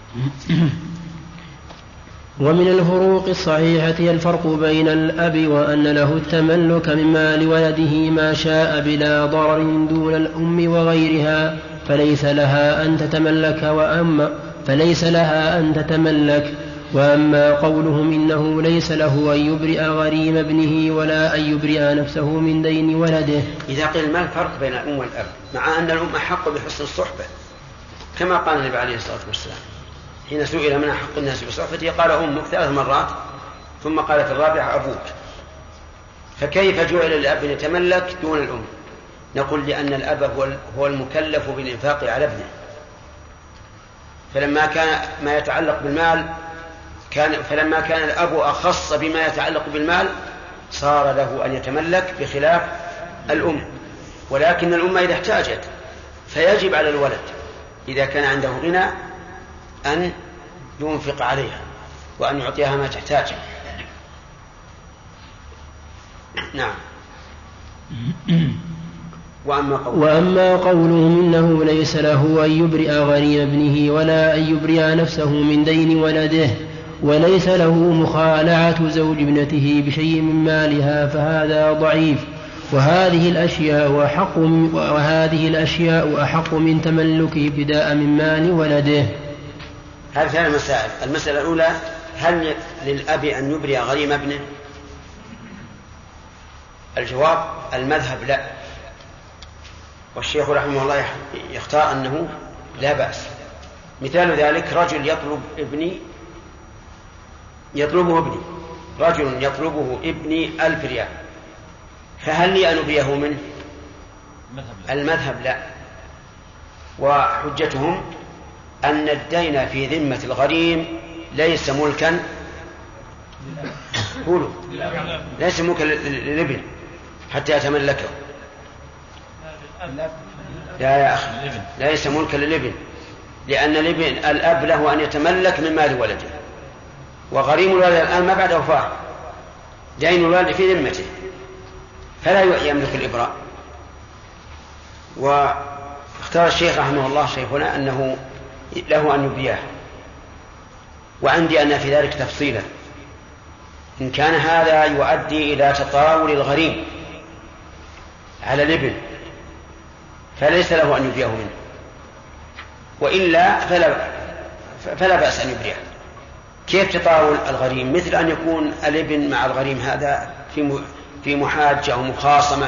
ومن الفروق الصحيحة الفرق بين الأب وأن له التملك من مال ولده ما شاء بلا ضرر دون الأم وغيرها، فليس لها أن تتملك وأما فليس لها أن تتملك. وأما قولهم إنه ليس له أن يبرئ غريم ابنه ولا أن يبرئ نفسه من دين ولده. إذا قيل ما الفرق بين الأم والأب، مع أن الأم أحق بحسن الصحبة كما قال النبي عليه الصلاة والسلام حين سئل من أحق الناس بصحبته قال أمك ثلاث مرات، ثم قال في الرابعة أبوك. فكيف جعل الأب يتملك دون الأم؟ نقول لأن الأب هو المكلف بالإنفاق على ابنه، فلما كان ما يتعلق بالمال كان فلما كان الأب أخص بما يتعلق بالمال صار له أن يتملك بخلاف الأم. ولكن الأم إذا احتاجت فيجب على الولد إذا كان عنده غنى أن ينفق عليها وأن يعطيها ما تحتاج. نعم. وأما قولهم, وأما قولهم إنه ليس له أن يبرئ غريم ابنه ولا أن يبرئ نفسه من دين ولده وليس له مخالعة زوج ابنته بشيء من مالها فهذا ضعيف، وهذه الأشياء أحق وهذه الأشياء أحق من تملكه ابتداء من مال ولده. هذه ثلاث مسائل. المسألة الأولى: هل للأب أن يبرئ غريم ابنه؟ الجواب: المذهب لا، والشيخ رحمه الله يختار أنه لا بأس. مثال ذلك: رجل يطلب ابني يطلبه ابني رجل يطلبه ابني ألف ريال، فهل لي أن أبرئه منه؟ المذهب لا، وحجتهم أن الدين في ذمة الغريم ليس ملكا قولوا ليس ملكا للابن حتى يتملكه. لا يا أخي، ليس ملكا للابن، لأن الابن الأب له أن يتملك من مال ولده، وغريم الولد الآن ما بعد وفاة دين الولد في ذمته فلا يملك الإبراء. واختار الشيخ رحمه الله شيخنا أنه له أن يبرئه، وعندي أن في ذلك تفصيلا. إن كان هذا يؤدي إلى تطاول الغريم على الابن فليس له أن يبرئه منه، وإلا فلا, فلا بأس أن يبرئه. كيف تطاول الغريم؟ مثل أن يكون الابن مع الغريم هذا في محاجة أو مخاصمة،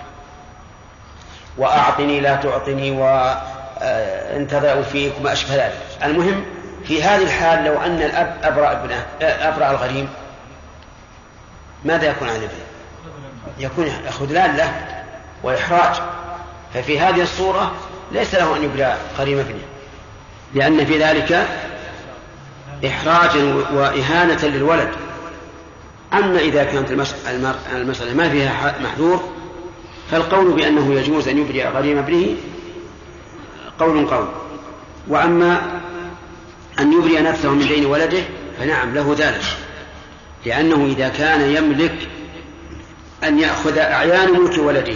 وأعطني لا تعطني وانتظروا فيك وما أشبه ذلك. المهم في هذه الحال لو أن الأب أبرأ, ابنه أبرأ الغريم ماذا يكون عن الابن؟ يكون خذلان له وإحراج. ففي هذه الصورة ليس له أن يبرأ غريم ابنه، لأن في ذلك إحراجا وإهانة للولد. أما إذا كانت المسألة ما فيها محذور فالقول بأنه يجوز أن يبرئ غريم ابنه قول قول. وأما أن يبرئ نفسه من دين ولده فنعم له ذلك، لأنه إذا كان يملك أن يأخذ أعيان ملك ولده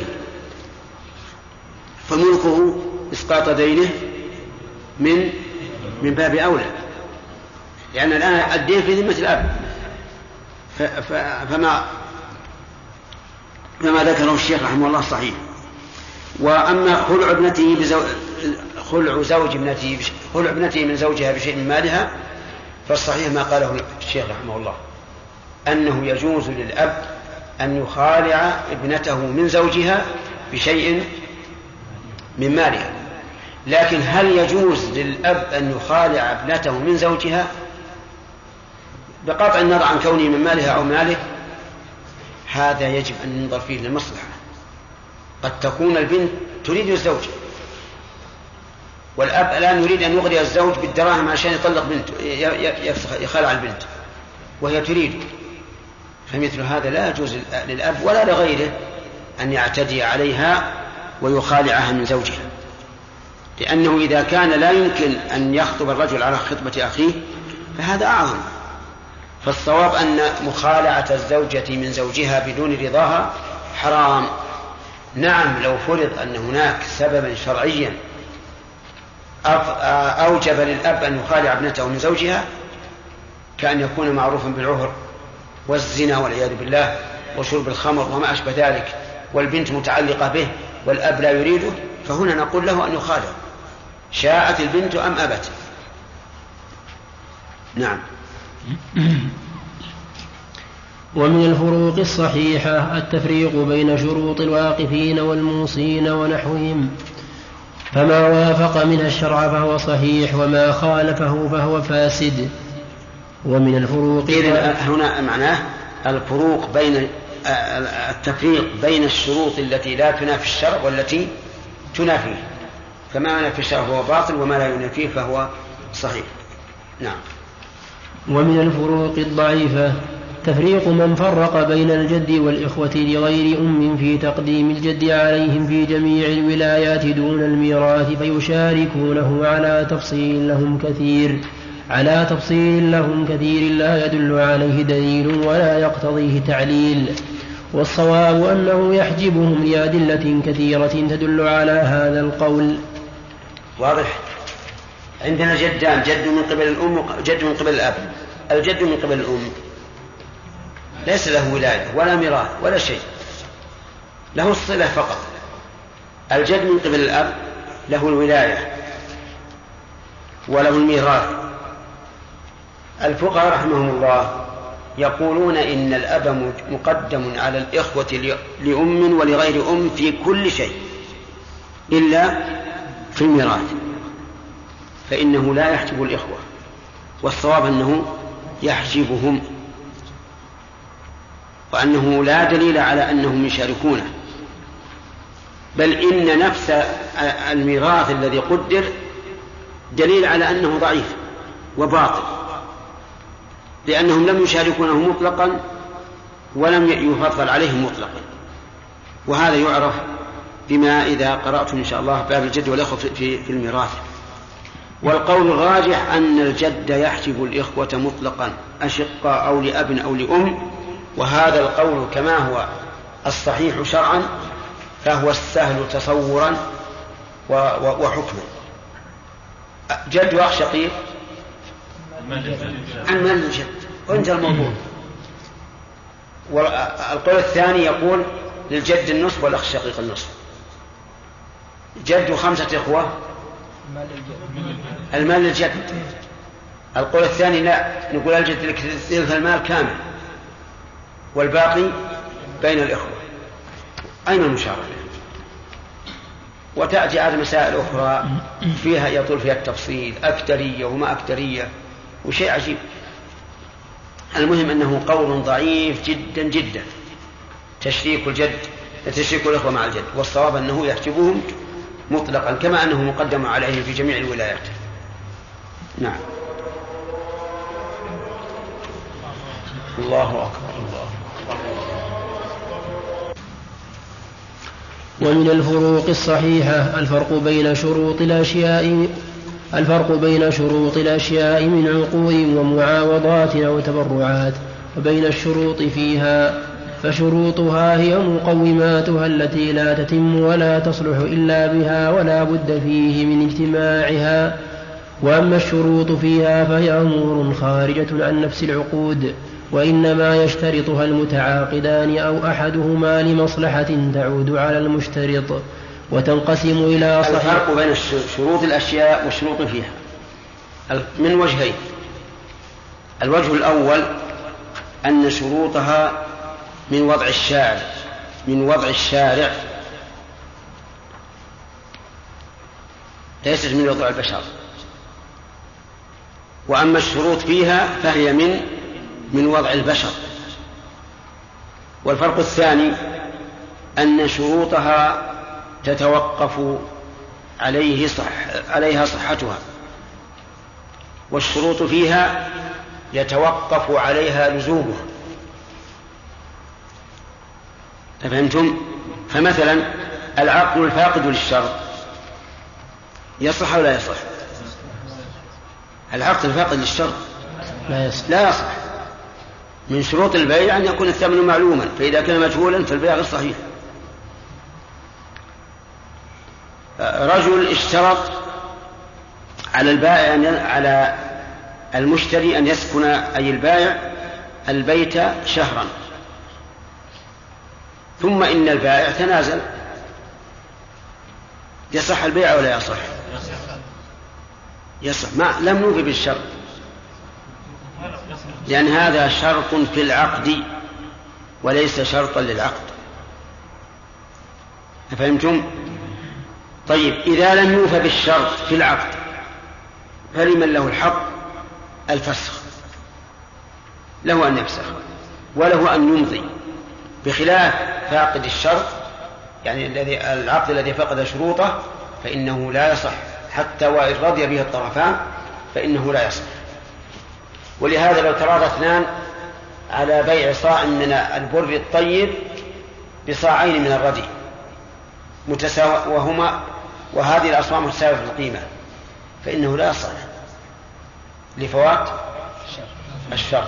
فملكه إسقاط دينه من من باب أولى، لأن الآن الدين في ذمة الأب. فما فما ذكره الشيخ رحمه الله صحيح. وأما خلع ابنته بزو... خلع زوج ابنته بش... خلع ابنته من زوجها بشيء من مالها، فالصحيح ما قاله الشيخ رحمه الله أنه يجوز للأب أن يخالع ابنته من زوجها بشيء من مالها. لكن هل يجوز للأب أن يخالع ابنته من زوجها بقطع النظر عن كونه من مالها أو ماله؟ هذا يجب أن ننظر فيه للمصلحة. قد تكون البنت تريد الزوج، والأب الآن يريد أن يغري الزوج بالدراهم عشان يطلق بنته، يخالع البنت وهي تريد، فمثل هذا لا يجوز للأب ولا لغيره أن يعتدي عليها ويخالعها من زوجها، لأنه إذا كان لا يمكن أن يخطب الرجل على خطبة أخيه فهذا أعظم. فالصواب أن مخالعة الزوجة من زوجها بدون رضاها حرام. نعم، لو فرض أن هناك سببا شرعيا أوجب للأب أن يخالع ابنته من زوجها، كأن يكون معروفا بالعهر والزنا والعياذ بالله وشرب الخمر وما أشبه ذلك، والبنت متعلقة به والأب لا يريده، فهنا نقول له أن يخالع شاءت البنت أم أبت. نعم. ومن الفروق الصحيحة التفريق بين شروط الواقفين والموصين ونحوهم، فما وافق منها الشرع فهو صحيح وما خالفه فهو فاسد. ومن الفروق هنا معناه الفروق بين التفريق بين الشروط التي لا تنافي الشرع والتي تنافيه، فما ينافي الشرع فهو باطل وما لا ينافيه فهو صحيح. نعم. ومن الفروق الضعيفة تفريق من فرق بين الجد والإخوة لغير أم في تقديم الجد عليهم في جميع الولايات دون الميراث فيشاركونه على تفصيل لهم كثير على تفصيل لهم كثير لا يدل عليه دليل ولا يقتضيه تعليل. والصواب أنه يحجبهم لأدلة كثيرة تدل على هذا القول. واضح. عندنا جدان، جد من قبل الأم وجد من قبل الأب. الجد من قبل الأم ليس له ولاية ولا ميراث ولا شيء، له الصلة فقط. الجد من قبل الأب له الولاية وله الميراث. الفقهاء رحمهم الله يقولون إن الأب مقدم على الإخوة لأم ولغير أم في كل شيء إلا في الميراث، فإنه لا يحجب الإخوة، والصواب أنه يحجبهم، وأنه لا دليل على أنهم يشاركونه، بل إن نفس الميراث الذي قدر دليل على أنه ضعيف وباطل، لأنهم لم يشاركونه مطلقا ولم يفضل عليهم مطلقا. وهذا يعرف بما إذا قرأتم إن شاء الله باب الجد والإخوة في, في الميراث. والقول الراجح أن الجد يحجب الإخوة مطلقا أشقاء أو لأب أو لأم، وهذا القول كما هو الصحيح شرعا فهو السهل تصورا وحكما. جد وأخ شقيق عن مال الجد وانتهى الموضوع. والقول الثاني يقول للجد النصف والأخ الشقيق النصف. جد وخمسة إخوة المال للجد. القول الثاني لا، نقول الجد لك ثلث المال كامل والباقي بين الإخوة. أين المشاركة؟ وتأتي على مسائل أخرى فيها يطول فيها التفصيل، أكترية وما أكترية وشيء عجيب. المهم أنه قول ضعيف جدا جدا تشريك الجد تشريك الإخوة مع الجد، والصواب أنه يحجبهم مطلقا كما أنه مقدم عليه في جميع الولايات. نعم. الله أكبر. الله ومن الفروق الصحيحة الفرق بين شروط الأشياء الفرق بين شروط الأشياء من عقود ومعاوضات أو تبرعات وبين الشروط فيها، فشروطها هي مقوماتها التي لا تتم ولا تصلح إلا بها ولا بد فيه من اجتماعها، وأما الشروط فيها فهي أمور خارجة عن نفس العقود، وإنما يشترطها المتعاقدان أو أحدهما لمصلحة تعود على المشترط، وتنقسم إلى صحيح. الفرق بين شروط الأشياء والشروط فيها من وجهين. الوجه الأول أن شروطها من وضع الشارع من وضع الشارع ليست من وضع البشر، وأما الشروط فيها فهي من من وضع البشر. والفرق الثاني أن شروطها تتوقف عليه صح عليها صحتها، والشروط فيها يتوقف عليها لزومها. فهمتم؟ فمثلا العقد الفاقد للشرط يصح أو لا يصح؟ العقد الفاقد للشرط لا يصح. لا يصح. من شروط البيع أن يكون الثمن معلوما، فإذا كان مجهولا فالبيع غير صحيح. رجل اشترط على البائع على المشتري أن يسكن أي البائع البيت شهرا، ثم إن البائع تنازل، يصح البيع ولا يصح؟ يصح. ما لم نوفي بالشرط، لأن هذا شرط في العقد وليس شرطا للعقد. أفهمتم؟ طيب إذا لم يوفى بالشرط في العقد فلمن له الحق؟ الفسخ، له أن يفسخ وله أن يمضي، بخلاف فاقد الشرط يعني الذي العقد الذي فقد شروطه فإنه لا يصح، حتى وإن رضي به الطرفان فإنه لا يصح. ولهذا لو تراضى اثنان على بيع صاع من البر الطيب بصاعين من الردي متساوى وهما وهذه الأصواع متساوية في القيمة فإنه لا يصح لفوات الشرط.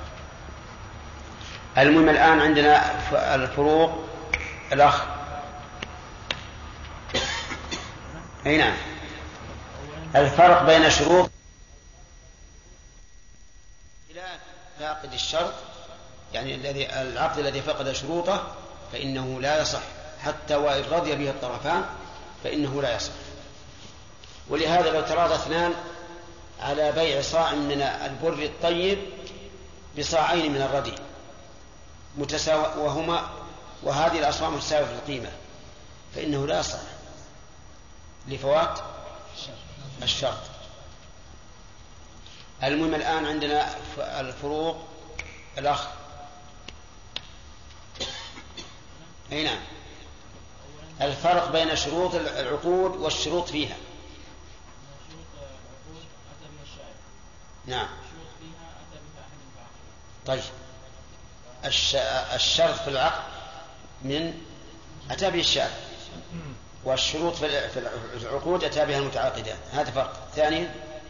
المهم الآن عندنا الفروق. الأخ أي نعم. الفرق بين شروط فاقد الشرط يعني الذي العقد الذي فقد شروطه فإنه لا يصح، حتى وإن رضي به الطرفان فإنه لا يصح. ولهذا لو تراضى اثنان على بيع صاع من البر الطيب بصاعين من الردي متساوى وهما وهذه الأصواع متساوية في القيمة فإنه لا يصح لفوات الشرط. المهم الآن عندنا الفروق. الأخ أي نعم. الفرق بين شروط العقود والشروط فيها. نعم. طيب الشرط في العقد من أتى به الشارع، والشروط في العقود أتى بها المتعاقدان. هذا فرق. ثاني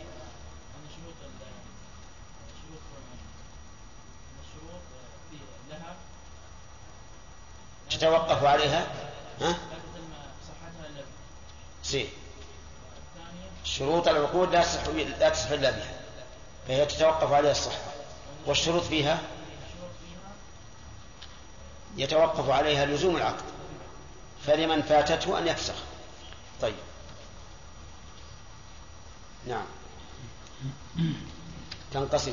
تتوقف عليها ها؟ سي. شروط العقود لا تصح لا تصح إلا بها فهي تتوقف عليها الصحة، والشروط فيها يتوقف عليها لزوم العقد، فلمن فاتته أن يفسخ. طيب نعم. تنقسم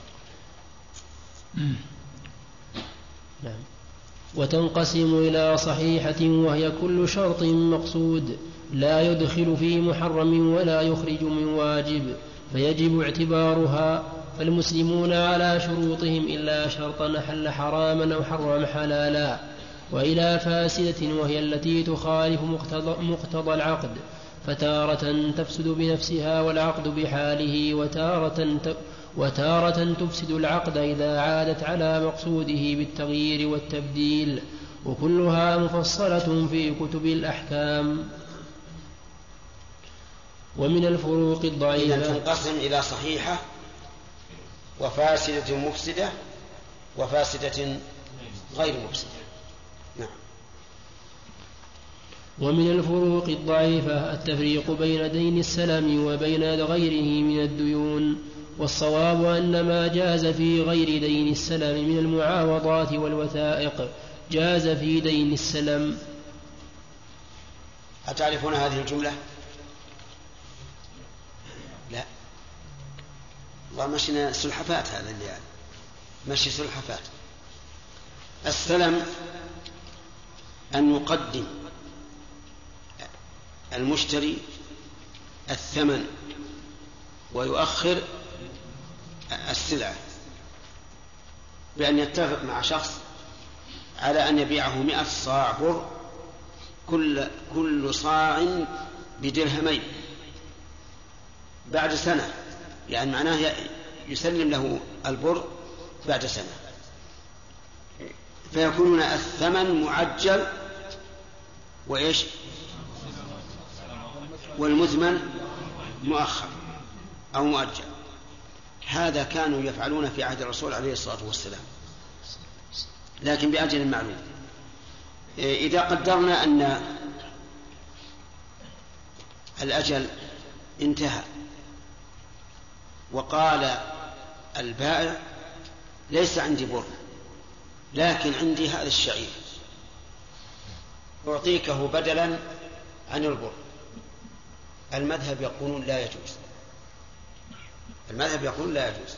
نعم. وتنقسم إلى صحيحة وهي كل شرط مقصود لا يدخل في محرم ولا يخرج من واجب فيجب اعتبارها، فالمسلمون على شروطهم إلا شرطا أحل حراما أو حرم حلالا، وإلى فاسدة وهي التي تخالف مقتضى, مقتضى العقد، فتارة تفسد بنفسها والعقد بحاله، وتارة, وتارة تفسد العقد إذا عادت على مقصوده بالتغيير والتبديل، وكلها مفصلة في كتب الأحكام. ومن الفروق الضعيفة إذن تنقسم إلى صحيحة وفاسدة مفسدة وفاسدة غير مفسدة. نعم. ومن الفروق الضعيفة التفريق بين دين السلم وبين غيره من الديون، والصواب أن ما جاز في غير دين السلم من المعاوضات والوثائق جاز في دين السلم. أتعرفون هذه الجملة؟ لا والله مشينا سلحفات، هذا اللي يعني مشي سلحفات. السلم أن يقدم المشتري الثمن ويؤخر السلعة، بأن يتفق مع شخص على أن يبيعه مئة صاع بر، كل كل صاع بدرهمين بعد سنة، يعني معناه يسلم له البر بعد سنة، فيكون الثمن معجل وإيش والمثمن مؤخر أو مؤجل. هذا كانوا يفعلون في عهد الرسول عليه الصلاة والسلام، لكن بأجل معلوم. إذا قدرنا أن الأجل انتهى وقال البائع ليس عندي بر لكن عندي هذا الشعير أعطيكه بدلا عن البر، المذهب يقولون لا يجوز، المذهب يقول لا يجوز.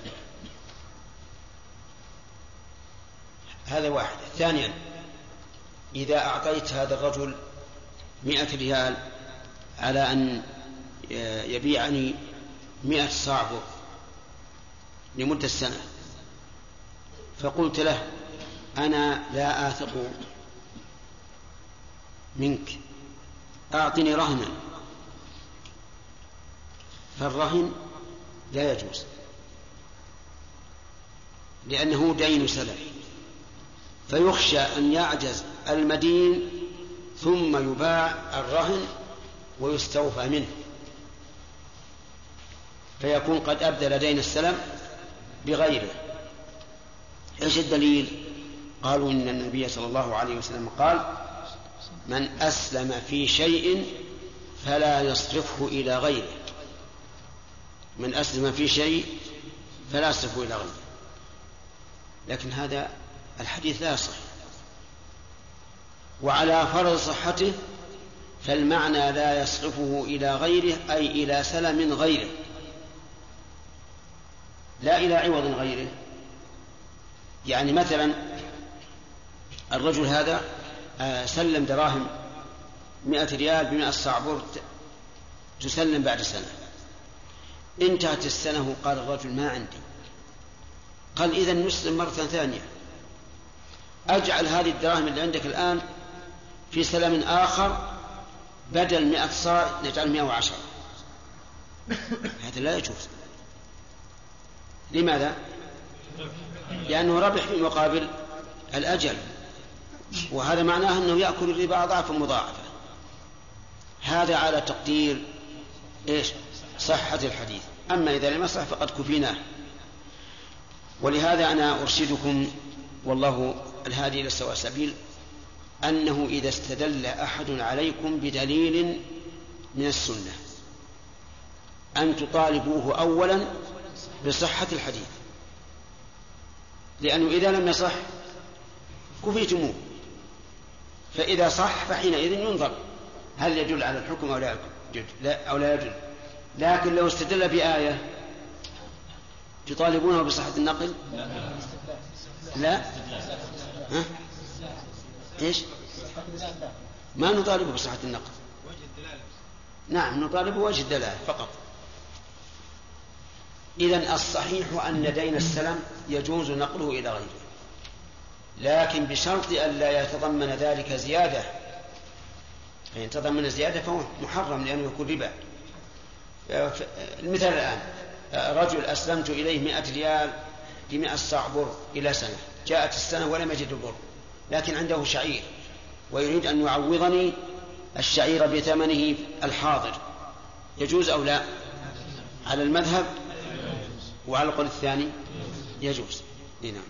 هذا واحد. ثانيا، إذا أعطيت هذا الرجل مئة ريال على أن يبيعني مئة صاع بر لمدة سنة، فقلت له أنا لا آثق منك، أعطني رهنا، فالرهن لا يجوز لأنه دين سلف، فيخشى أن يعجز المدين ثم يباع الرهن ويستوفى منه، فيكون قد أبدل دين السلم بغيره. إيش الدليل؟ قالوا إن النبي صلى الله عليه وسلم قال من أسلم في شيء فلا يصرفه إلى غيره، من أسلم في شيء فلا يصرفه إلى غيره. لكن هذا الحديث لا يصح، وعلى فرض صحته فالمعنى لا يصرفه إلى غيره أي إلى سلم غيره لا إلى عوض غيره. يعني مثلا الرجل هذا سلم دراهم مئة ريال بمئة صاع بر تسلم بعد سنة، انتهت السنة وقال الرجل ما عندي، قال إذن نسلم مرة ثانية، أجعل هذه الدراهم اللي عندك الآن في سلم آخر بدل مئة صاع نجعل مئة وعشرة. هذا لا يجوز. لماذا؟ لأنه ربح في مقابل الأجل، وهذا معناه أنه يأكل الربا أضعافا مضاعفة. هذا على تقدير إيش؟ صحة الحديث. أما إذا لم يصح فقد كفيناه. ولهذا أنا أرشدكم والله الهادي إلى سواء السبيل أنه إذا استدل أحد عليكم بدليل من السنة أن تطالبوه أولا بصحة الحديث، لأنه إذا لم يصح كفيتموه، فإذا صح فحينئذ ينظر هل يدل على الحكم أو لا يدل, أو لا يدل. لكن لو استدل بآية تطالبونه بصحة النقل؟ لا. ها؟ إيش؟ ما نطالبه بصحة النقل. نعم نطالبه وجه الدلالة فقط. إذن الصحيح أن دين السلم يجوز نقله إلى غيره، لكن بشرط أن لا يتضمن ذلك زيادة، فإن تضمن زيادة فهو محرم لأنه يكون ربا. المثال الآن رجل أسلمت إليه مئة ريال بمئة صاع بر إلى سنة، جاءت السنة ولم يجد البر لكن عنده شعير ويريد أن يعوضني الشعير بثمنه الحاضر، يجوز أو لا؟ على المذهب وعلى القول الثاني يجوز. نعم.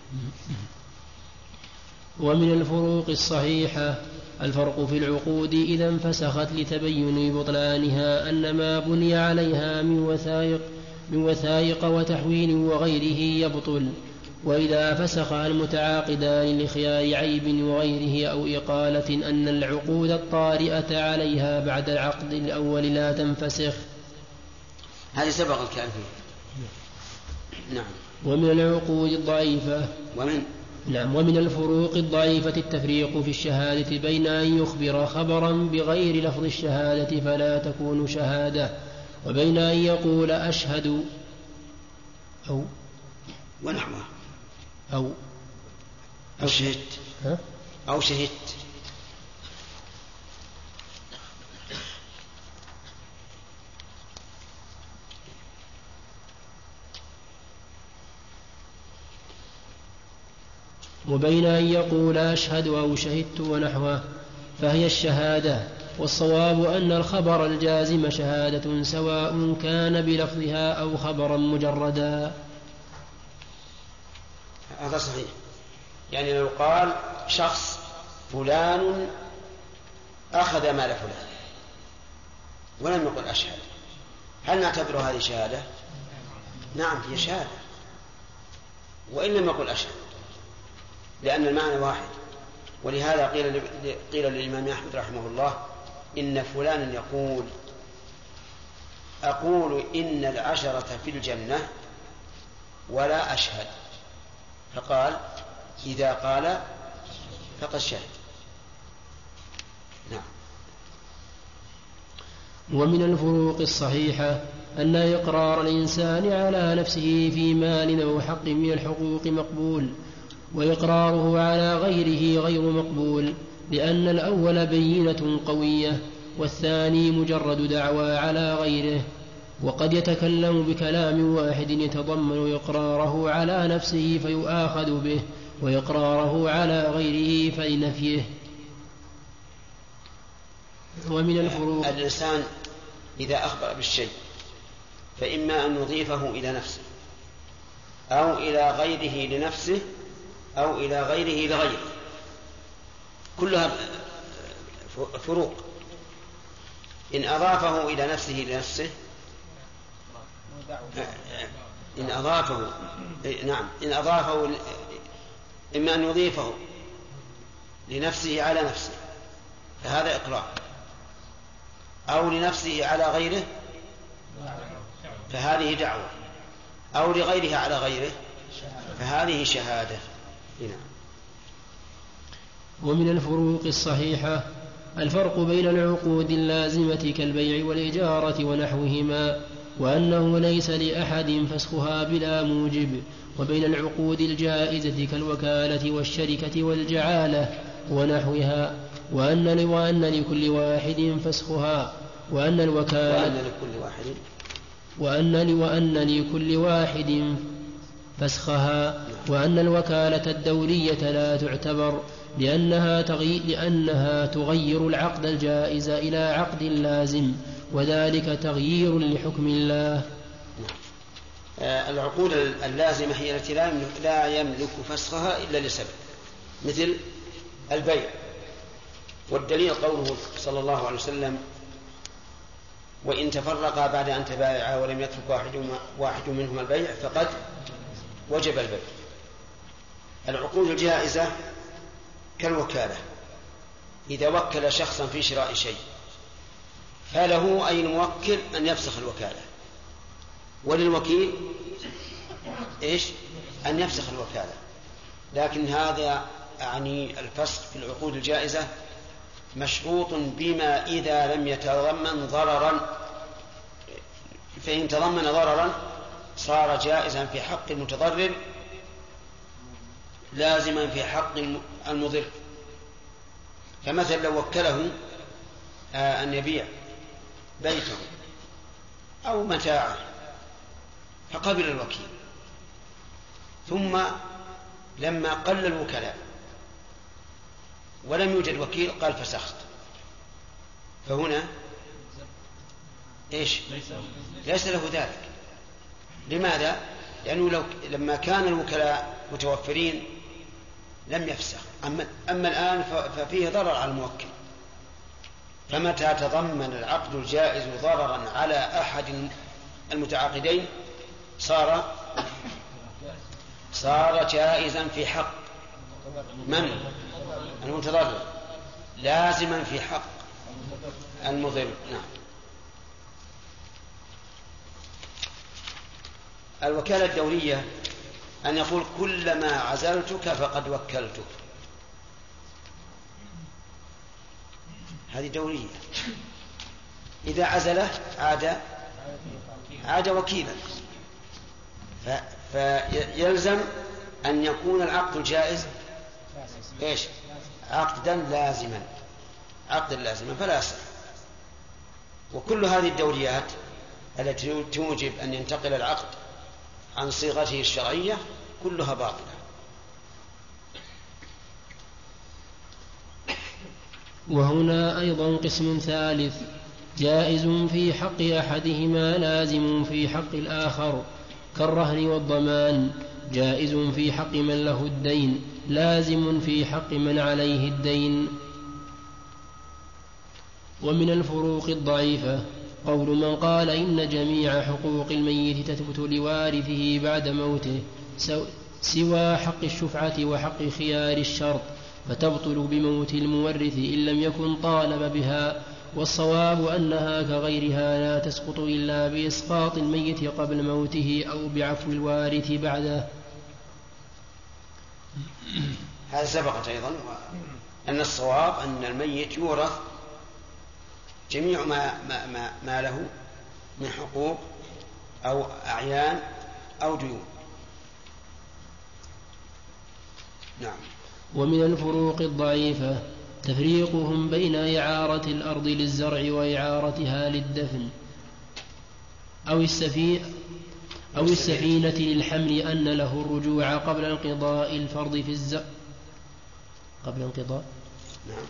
ومن الفروق الصحيحة الفرق في العقود إذا انفسخت لتبين بطلانها أن ما بني عليها من وثائق من وثائق وتحويل وغيره يبطل، وإذا فسخ المتعاقدان لخيار عيب وغيره أو إقالة أن العقود الطارئة عليها بعد العقد الأول لا تنفسخ. هذه سبق الكلام فيه. نعم. ومن العقود الضعيفة ومن نعم ومن الفروق الضعيفة التفريق في الشهادة بين أن يخبر خبرا بغير لفظ الشهادة فلا تكون شهادة، وبين أن يقول أشهد أو ونحوه أو أو شهدت أو شهدت. وبين أن يقول أشهد أو شهدت ونحوه فهي الشهادة. والصواب أن الخبر الجازم شهادة سواء كان بلفظها أو خبرا مجردا. هذا صحيح. يعني لو قال شخص فلان أخذ مال فلان ولم يقل أشهد، هل نعتبر هذه شهادة؟ نعم هي شهادة، وإن لم يقل أشهد، لأن المعنى واحد. ولهذا قيل قيل للإمام أحمد رحمه الله إن فلانا يقول أقول إن العشرة في الجنة ولا أشهد، فقال إذا قال فقد شهد. نعم. ومن الفروق الصحيحة أن إقرار الإنسان على نفسه في مال أو حق من الحقوق مقبول، وإقراره على غيره غير مقبول، لأن الأول بينة قوية والثاني مجرد دعوى على غيره. وقد يتكلم بكلام واحد يتضمن إقراره على نفسه فيؤاخذ به، وإقراره على غيره فلنفيه. ومن الفروق الإنسان إذا أخبر بالشيء فإما أن يضيفه إلى نفسه أو إلى غيره لنفسه أو إلى غيره لغيره، كلها فروق. إن أضافه إلى نفسه لنفسه إن أضافه نعم إن أضافه إما أن يضيفه لنفسه على نفسه فهذا إقرار، أو لنفسه على غيره فهذه دعوة، أو لغيره على غيره فهذه شهادة. هنا. ومن الفروق الصحيحة الفرق بين العقود اللازمة كالبيع والإجارة ونحوهما، وأنه ليس لأحد فسخها بلا موجب، وبين العقود الجائزة كالوكالة والشركة والجعالة ونحوها، وأن وأن لكل واحد فسخها، وأن الوكالة وأن لكل واحد وأن وأن لكل واحد فسخها، وأن الوكالة الدولية لا تعتبر لأنها تغيير, لأنها تغير العقد الجائز إلى عقد لازم، وذلك تغيير لحكم الله. العقود اللازمة هي التي لا يملك فسخها إلا لسبب، مثل البيع، والدليل قوله صلى الله عليه وسلم وإن تفرقا بعد أن تبايعا ولم يترك واحد, واحد منهما البيع فقد وجب البيع. العقود الجائزة كالوكالة، إذا وكل شخصا في شراء شيء فله أي الموكل أن يفسخ الوكالة، وللوكيل إيش أن يفسخ الوكالة. لكن هذا يعني الفسخ في العقود الجائزة مشروط بما إذا لم يتضمن ضررا، فإن تضمن ضررا صار جائزا في حق المتضرر لازما في حق المضر. فمثلا لو وكله أن يبيع بيته أو متاعه فقبل الوكيل، ثم لما قل الوكلاء ولم يوجد وكيل قال فسخت، فهنا إيش ليس له ذلك. لماذا؟ لأنه لو لما كان الوكلاء متوفرين لم يفسخ، أما, أما الآن ففيه ضرر على الموكل. فمتى تضمن العقد الجائز ضررا على أحد المتعاقدين صار صار جائزا في حق من؟ المتضرر، لازما في حق المضر. نعم. الوكالة الدولية أن يقول كلما عزلتك فقد وكلتك، هذه دولية. إذا عزله عاد عاد وكيلا، فيلزم أن يكون العقد الجائز إيش؟ عقدا لازما، عقدا لازما فلا يصح. وكل هذه الدوليات التي توجب أن ينتقل العقد عن صيغته الشرعية كلها باطلة. وهنا أيضا قسم ثالث جائز في حق أحدهما لازم في حق الآخر، كالرهن والضمان، جائز في حق من له الدين لازم في حق من عليه الدين. ومن الفروق الضعيفة قول من قال إن جميع حقوق الميت تثبت لوارثه بعد موته سوى حق الشفعة وحق خيار الشرط، فتبطل بموت المورث إن لم يكن طالب بها. والصواب أنها كغيرها لا تسقط إلا بإسقاط الميت قبل موته أو بعفو الوارث بعده. هذا سبقت أيضا أن الصواب أن الميت يورث جميع ما, ما, ما, ما له من حقوق أو أعيان أو ديون. نعم. ومن الفروق الضعيفة تفريقهم بين إعارة الأرض للزرع وإعارتها للدفن، أو السفينة أو السفينة للحمل أن له الرجوع قبل انقضاء الفرض في الزرع قبل انقضاء نعم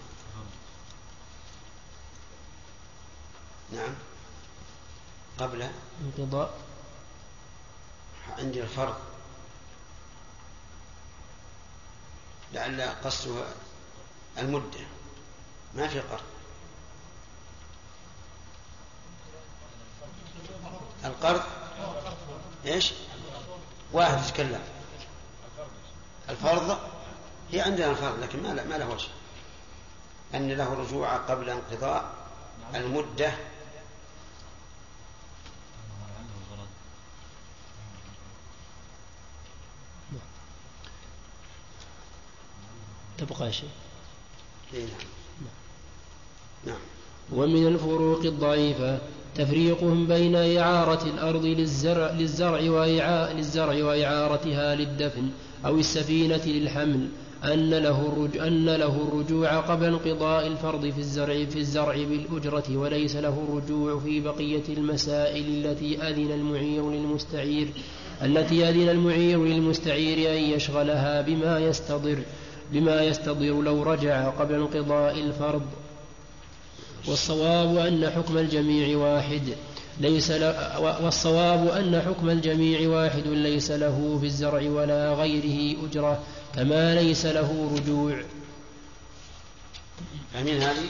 نعم قبل انقضاء عندي الفرض، لعل قصده المدة، ما في قرض. القرض ايش؟ واحد يتكلم. الفرض هي عندنا الفرض لكن ما ما له وجه أن له رجوع قبل انقضاء المدة. تبقى شيء. نعم. نعم. ومن الفروق الضعيفة تفريقهم بين إعارة الأرض للزرع, للزرع, وإعا للزرع وإعارتها للدفن أو السفينة للحمل أن له, الرجوع أن له الرجوع قبل انقضاء الفرض في الزرع, في الزرع بالأجرة، وليس له الرجوع في بقية المسائل التي أذن المعير للمستعير التي أذن المعير للمستعير أن يشغلها بما يستضر بما يستضر لو رجع قبل انقضاء الفرض. والصواب أن حكم الجميع واحد ليس والصواب أن حكم الجميع واحد ليس له في الزرع ولا غيره أجرة، كما ليس له رجوع. فمن هذه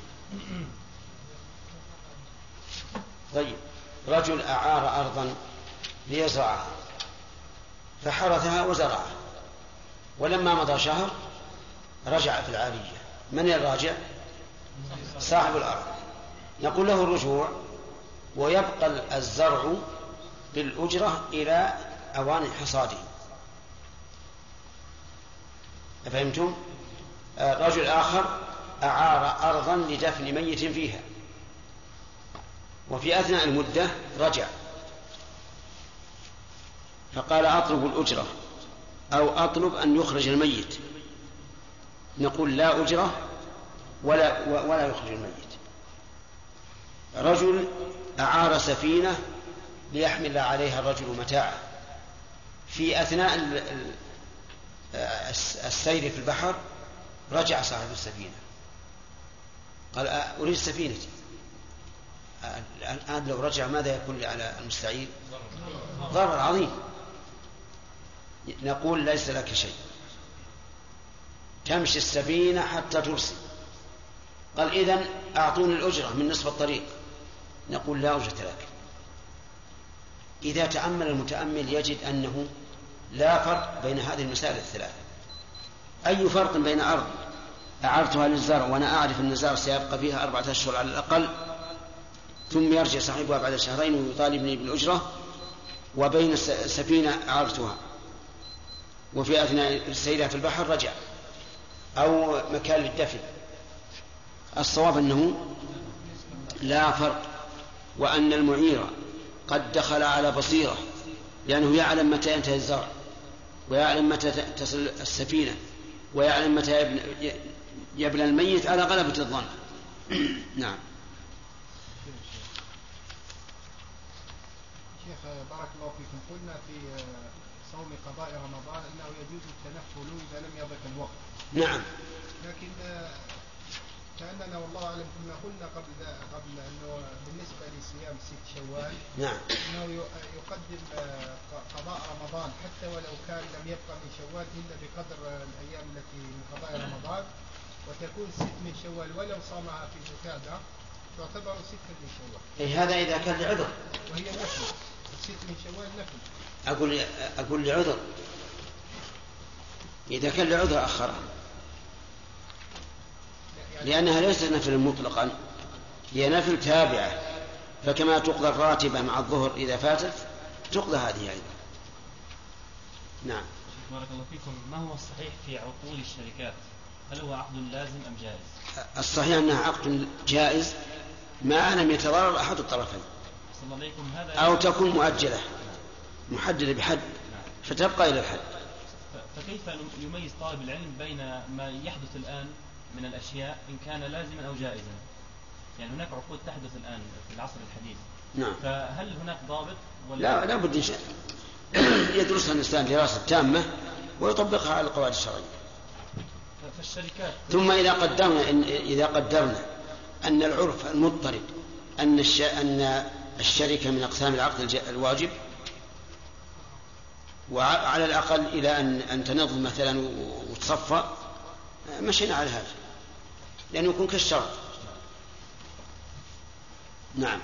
طيب رجل أعار أرضا ليزرعها فحرثها وزرعها، ولما مضى شهر رجع في العارية. من الراجع؟ صاحب الأرض. نقول له الرجوع ويبقى الزرع بالأجرة إلى أوان حصاده. أفهمتم؟ رجل آخر أعار أرضا لدفن ميت فيها، وفي أثناء المدة رجع فقال أطلب الأجرة أو أطلب أن يخرج الميت. نقول لا أجرة ولا, ولا يخرج الميت. رجل أعار سفينة ليحمل عليها الرجل متاعه، في أثناء السير في البحر رجع صاحب السفينة قال أريد سفينتي. الآن لو رجع ماذا يكون على المستعير؟ ضرر عظيم. نقول ليس لك شيء، تمشي السفينة حتى ترسل. قال إذن أعطوني الأجرة من نصف الطريق. نقول لا أجرة لك. إذا تأمل المتأمل يجد أنه لا فرق بين هذه المسائل الثلاث. أي فرق بين أرض أعرتها للزرع وأنا أعرف أن الزرع سيبقى فيها أربعة أشهر على الأقل ثم يرجع صاحبها بعد شهرين ويطالبني بالأجرة، وبين سفينة أعرتها وفي أثناء سيرها في البحر رجع، أو مكان للدفن. الصواب أنه لا فرق، وأن المعير قد دخل على بصيرة، لأنه يعلم متى ينتهي الزرع، ويعلم متى تصل السفينة، ويعلم متى يبنى, يبنى الميت على غلبة الظن. نعم. شيخ بارك الله فيكم، قلنا في صوم قضاء رمضان أنه يجوز التنفل إذا لم يضق الوقت. نعم. لكن كأننا والله أعلم كنا قلنا قبل قبل أنه بالنسبة لصيام ست شوال نعم أنه يقدم قضاء رمضان حتى ولو كان لم يبقى من شوال إلا بقدر الأيام التي من قضاء رمضان، وتكون ست من شوال ولو صامها في مكانها تعتبر ستة من شوال. إيه هذا إذا كان لعذر، وهي نفل، ست من شوال نفل. أقول أقول لعذر، إذا كان لعذر أخرها، لأنها ليست نفل مطلقا، هي نفل تابعة، فكما تقضى الراتبة مع الظهر إذا فاتت تقضى هذه أيضا. نعم. بارك الله فيكم، ما هو الصحيح في عقود الشركات؟ هل هو عقد لازم أم جائز؟ الصحيح أنها عقد جائز ما لم يتضرر أحد الطرفين، أو تكون مؤجلة محددة بحد فتبقى إلى الحد. فكيف يميز طالب العلم بين ما يحدث الآن من الأشياء إن كان لازما أو جائزا؟ يعني هناك عقود تحدث الآن في العصر الحديث. نعم. فهل هناك ضابط ولا لا لا بد يدرسها الإنسان دراسة تامة ويطبقها على القواعد الشرعية. فالشركات ثم إذا قدرنا إن إذا قدرنا أن العرف المضطرد أن الش... أن الشركة من أقسام العقد الواجب، وعلى الأقل إلى أن أن تنظم مثلا وتصفى، مشينا على هذا لأنه يكون كالشرط. نعم.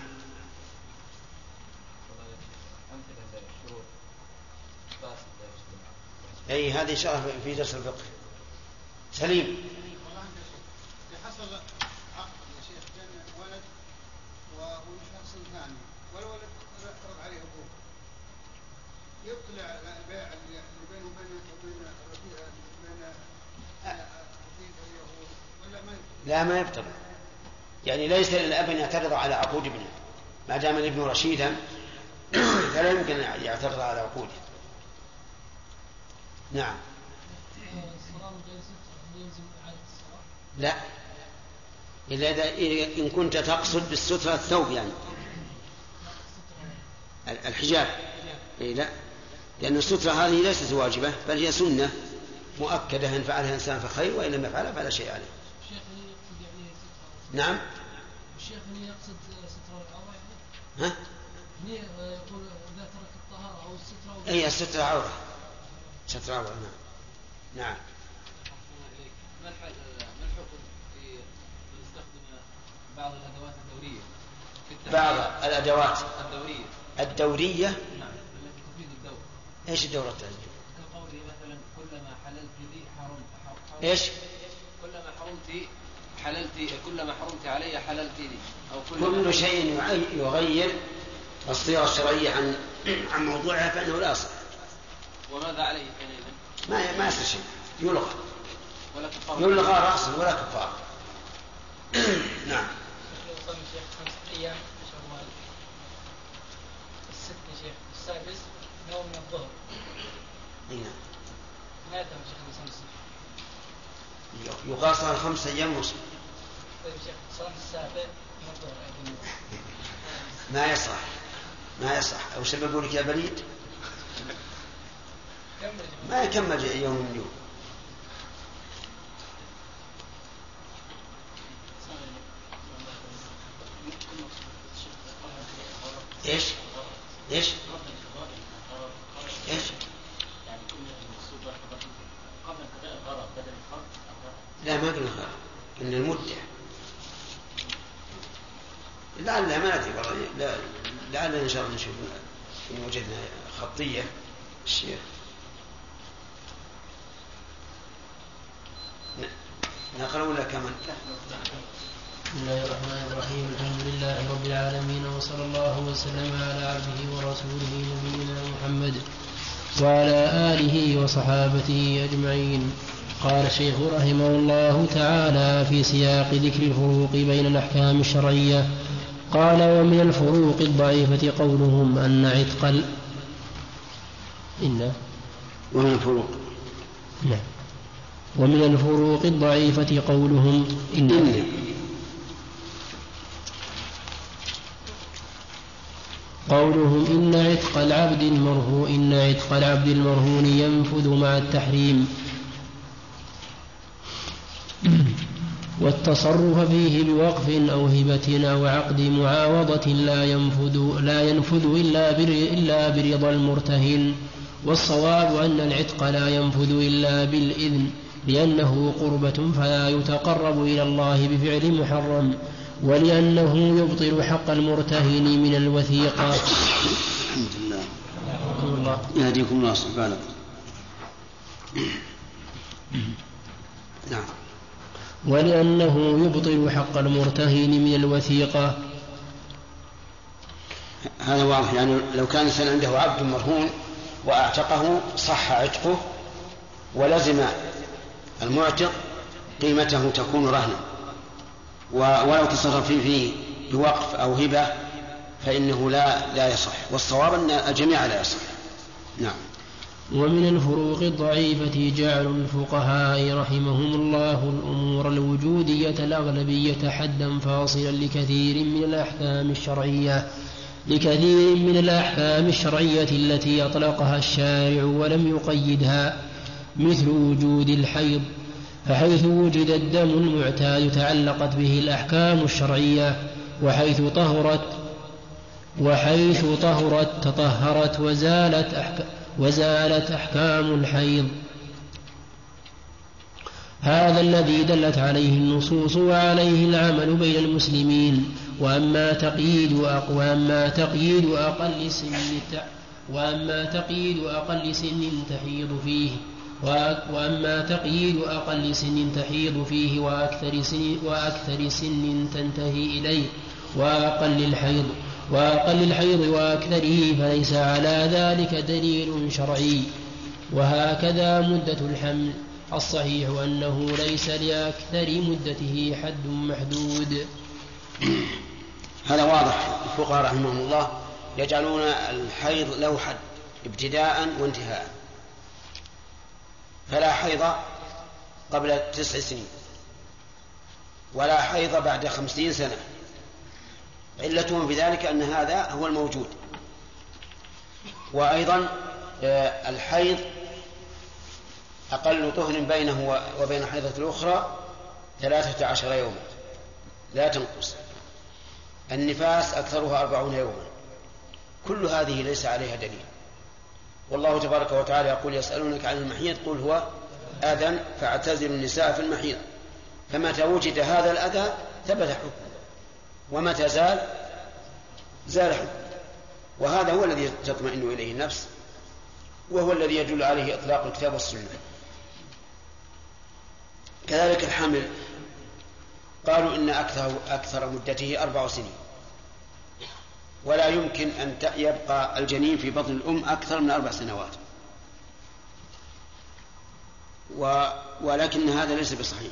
أي هذه شرح في درس الفقه. سليم. حصل عقد يا شيخ بين ولد وشخص ثاني، والولد رد عليه أبوه، يطلع البيع اللي بينه وبين وبين بين اليهود ولا ما يطلع؟ لا ما يبطل، يعني ليس للأب أن يعترض على عقود ابنه ما دام الابن رشيدا فلا يمكن أن يعترض على عقوده. نعم. لا إلا إذا إن كنت تقصد بالسترة الثوب يعني الحجاب. إيه لا، لأن السترة هذه ليست واجبة بل هي سنة مؤكدة، إن فعلها إنسان فخير وإن لم يفعلها فلا شيء عليه. نعم. الشيخ يقصد سترة العورة ها؟ يقول إذا ترك الطهارة أو السترة. أي السترة عورة، سترة عورة. نعم. نعم. ما الحكم في نستخدم بعض الأدوات الدورية؟ بعض الأدوات الدورية الدورية نعم التي تفيد الدور. إيش الدورة التالية؟ كقولي مثلا كلما حللت لي حرمت حرمت إيش؟ كلما حرمت حللت كلما حرمت علي حللت لي، أو كل شيء يغير الصيغة الشرعية عن عن موضوعها فإنه لا يصح. وماذا عليه حينئذ؟ ما ما يصير شيء، يلغى ولا كفارة، يلغى رأسا ولا كفارة. نعم. يصوم الشيخ خمسة أيام من شوال، الست يا شيخ السادس يوم من الظهر. نعم. ما يدهم شيخ الخمسة. يقاس على خمسة أيام وصل. طيب شيخ صلاة السابع من الظهر أيضا. ما يصح ما يصح. أو شو بقول لك يا بريد؟ ما يكمل يوم من يوم. ايش ايش ايش يعني كل المقصود قبل قضاء الغرض بدل الفرض. لا ما قلنا الغرض، قلنا المدة. لعلها ما ندري والله، لعلنا ان شاء الله نشوف ان وجدنا خطية الشيخ نقرأ ولا كمان؟ بسم الله الرحمن الرحيم. الحمد لله رب العالمين، وصلى الله وسلم على عبده ورسوله نبينا محمد وعلى آله وصحابته أجمعين. قال الشيخ رحمه الله تعالى في سياق ذكر الفروق بين الأحكام الشرعية، قال: ومن الفروق الضعيفة قولهم أن عتق ال... إن ومن الفروق نعم ومن الفروق الضعيفة قولهم إن, إن. قولهم إن عتق العبد المرهون إن عتق العبد المرهون ينفذ مع التحريم، والتصرف فيه بوقف أو هبة أو عقد معاوضة لا ينفذ لا ينفذ إلا إلا برضا المرتهن. والصواب أن العتق لا ينفذ إلا بالإذن، لأنه قربة فلا يتقرب إلى الله بفعل محرم، ولأنه يبطل حق المرتهن من الوثيقة. الحمد لله يهديكم الله سبحانه. نعم. ولأنه يبطل حق المرتهن من الوثيقة. هذا واضح، يعني لو كان الإنسان عنده عبد مرهون وأعتقه صح عتقه، ولزم المعتق قيمته تكون رهنا، ولو تصرف فيه بوقف أو هبة فإنه لا لا يصح، والصواب أن الجميع لا يصح. نعم. ومن الفروق الضعيفة جعل الفقهاء رحمهم الله الأمور الوجودية الأغلبية حدا فاصلا لكثير من الأحكام الشرعية لكثير من الأحكام الشرعية التي أطلقها الشارع ولم يقيدها، مثل وجود الحيض، فحيث وجد الدم المعتاد تعلقت به الأحكام الشرعية، وحيث طهرت وحيث طهرت تطهرت وزالت أحكام وزالت أحكام الحيض. هذا الذي دلت عليه النصوص وعليه العمل بين المسلمين. وأما تقييد وأما تقييد أقل سن وأما تقييد أقل سن تحيض فيه وأما تقييد أقل سن تحيض فيه وأكثر سن وأكثر سن تنتهي إليه وأقل الحيض وأقل الحيض وأكثره، فليس على ذلك دليل شرعي. وهكذا مدة الحمل، الصحيح أنه ليس لأكثر مدته حد محدود. هذا واضح. الفقهاء رحمهم الله يجعلون الحيض له حد ابتداء وانتهاء، فلا حيض قبل تسع سنين ولا حيض بعد خمسين سنة. علتهم بذلك أن هذا هو الموجود. وأيضا الحيض أقل طهر بينه وبين الحيضة الأخرى ثلاثة عشر يوما لا تنقص. النفاس أكثرها أربعون يوما. كل هذه ليس عليها دليل. والله تبارك وتعالى يقول: يسألونك عن المحيض قل هو أذى فاعتزلوا النساء في المحيض. فمتى وجد هذا الأذى ثبت حكمه، ومتى زال زال حكمه. وهذا هو الذي تطمئن إليه النفس، وهو الذي يدل عليه إطلاق الكتاب والسنة. كذلك الحمل، قالوا إن أكثر, أكثر مدته أربع سنين، ولا يمكن أن يبقى الجنين في بطن الأم أكثر من أربع سنوات، و ولكن هذا ليس بصحيح،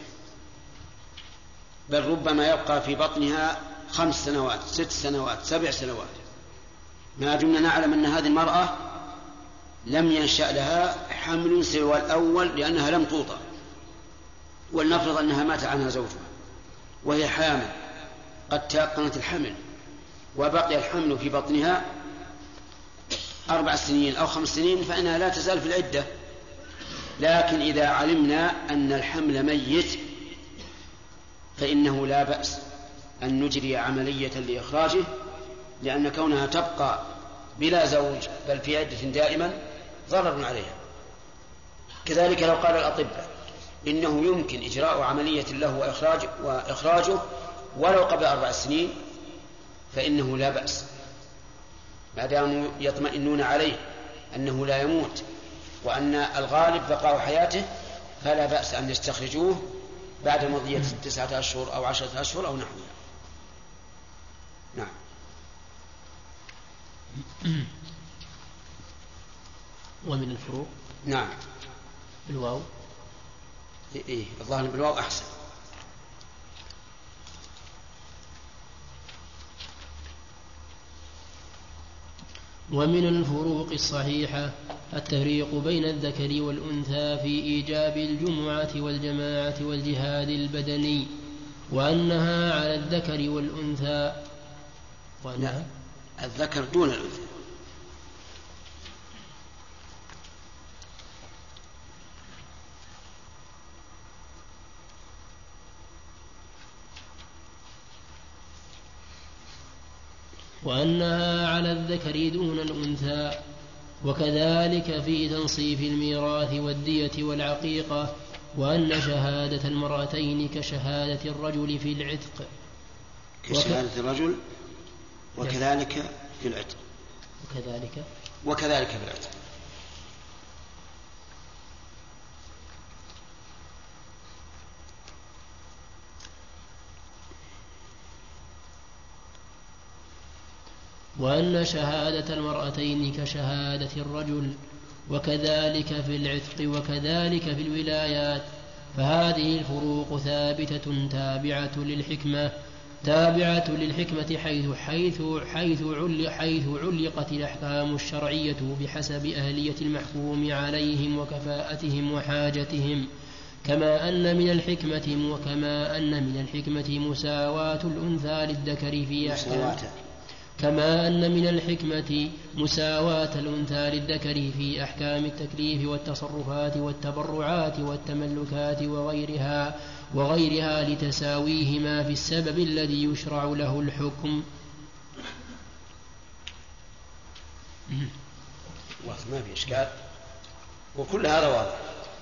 بل ربما يبقى في بطنها خمس سنوات ست سنوات سبع سنوات، ما دمنا نعلم أن هذه المرأة لم ينشأ لها حمل سوى الأول لأنها لم توطأ، ولنفرض أنها مات عنها زوجها وهي حامل قد تيقنت الحمل وبقي الحمل في بطنها أربع سنين أو خمس سنين، فإنها لا تزال في العدة. لكن إذا علمنا أن الحمل ميت فإنه لا بأس أن نجري عملية لإخراجه، لأن كونها تبقى بلا زوج بل في عدة دائما ضرر عليها. كذلك لو قال الأطباء إنه يمكن إجراء عملية له وإخراج وإخراجه ولو قبل أربع سنين فإنه لا بأس، ما داموا يطمئنون عليه أنه لا يموت وأن الغالب بقاء حياته، فلا بأس أن يستخرجوه بعد مضية تسعة أشهر أو عشرة أشهر أو نحوها. نعم. ومن الفروق نعم بالواو. إيه الظاهر بالواو أحسن. ومن الفروق الصحيحة التفريق بين الذكر والأنثى في إيجاب الجمعة والجماعة والجهاد البدني، وأنها على الذكر والأنثى وأنها الذكر دون الأنثى. وأنها على الذكر دون الأنثى، وكذلك في تنصيف الميراث والدية والعقيقة، وأن شهادة المرأتين كشهادة الرجل في العتق كشهادة وك... الرجل وكذلك في العتق وكذلك وكذلك في العتق. وأن شهادة المرأتين كشهادة الرجل، وكذلك في العتق وكذلك في الولايات. فهذه الفروق ثابتة تابعة للحكمة تابعة للحكمة حيث حيث حيث عل حيث علقت الأحكام الشرعية بحسب أهلية المحكوم عليهم وكفاءتهم وحاجتهم، كما أن من الحكمة وكما أن من الحكمة مساواة الأنثى للذكر في أحكام كما أن من الحكمة مساواة الأنثى للذكر في أحكام التكليف والتصرفات والتبرعات والتملكات وغيرها وغيرها لتساويهما في السبب الذي يشرع له الحكم. ما في إشكال وكل هذا واضح.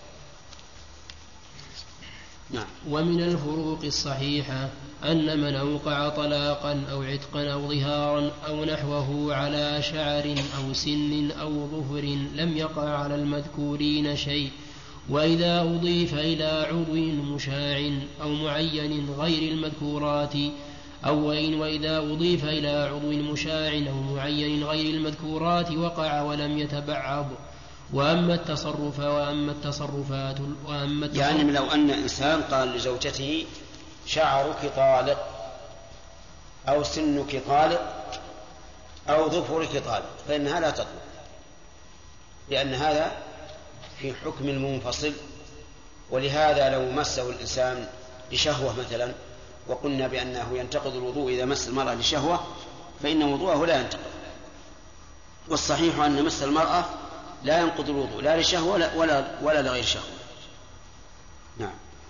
نعم. ومن الفروق الصحيحة أن من أوقع طلاقا أو عتقا أو ظهارا أو نحوه على شعر أو سن أو ظفر لم يقع على المذكورين شيء، وإذا أضيف إلى عضو مشاع أو معين غير المذكورات أو وإن وإذا أضيف إلى عضو مشاع أو معين غير المذكورات وقع ولم يتبعض. وأما التصرف وأما التصرفات وأما التصرف يعني لو أن إنسان قال لزوجته شعرك طالق أو سنك طالق أو ظفرك طالق فإنها لا تطلق، لأن هذا في حكم المنفصل. ولهذا لو مسه الإنسان لشهوة مثلا وقلنا بأنه ينتقض الوضوء إذا مس المرأة لشهوة فإن وضوءه لا ينتقض. والصحيح أن مس المرأة لا ينقض الوضوء لا لشهوة ولا, ولا, ولا لغير شهوة. نعم.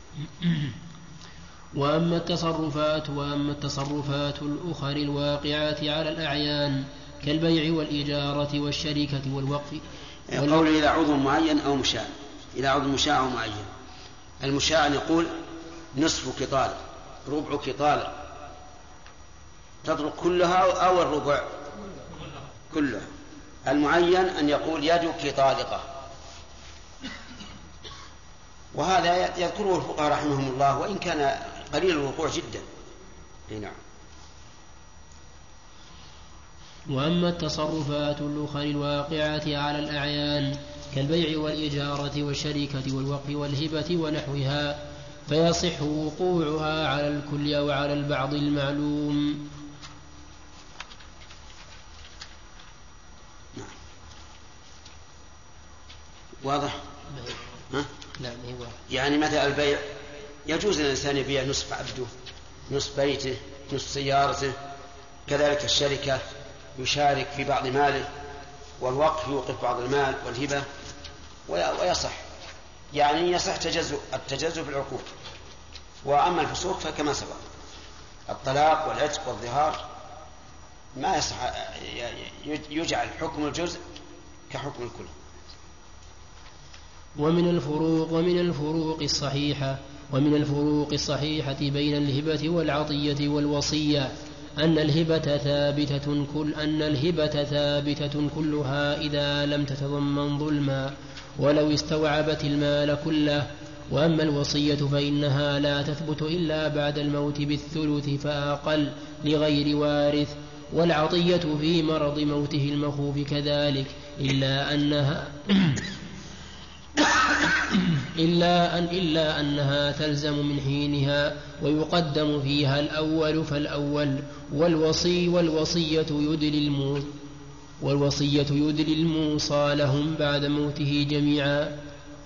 وأما التصرفات وأما التصرفات الأخرى الواقعات على الأعيان كالبيع والإجارة والشركة والوقف. قول إلى عضو معين أو مشاع، إلى عضو مشاع أو معين. المشاع يقول نصفك طالق ربعك طالق، تطلق كلها أو الربع كلها. المعين أن يقول يدك طالقة، وهذا يذكره الفقهاء رحمهم الله وإن كان قليل الوقوع جدا. نعم. وأما التصرفات الأخرى الواقعة على الأعيان كالبيع والإجارة والشركة والوقف والهبة ونحوها فيصح وقوعها على الكل أو على البعض المعلوم. واضح؟ ها؟ نعم. يعني مثلا البيع يجوز للإنسان يبيع نصف عبده نصف بيته نصف سيارته، كذلك الشركة يشارك في بعض ماله، والوقف يوقف بعض المال والهبة ويصح، يعني يصح تجزؤ التجزؤ في العقود. وأما الفسوق فكما سبق الطلاق والعتق والظهار ما يصح يجعل حكم الجزء كحكم الكل. ومن الفروق ومن الفروق الصحيحة ومن الفروق الصحيحة بين الهبة والعطية والوصية أن الهبة ثابتة كل أن الهبة ثابتة كلها إذا لم تتضمن ظلما ولو استوعبت المال كله، وأما الوصية فإنها لا تثبت إلا بعد الموت بالثلث فأقل لغير وارث، والعطية في مرض موته المخوف كذلك، إلا أنها إلا, أن إلا أنها تلزم من حينها ويقدم فيها الأول فالأول، والوصي والوصية يدلي المو والوصية يدلي الموصى لهم بعد موته جميعا.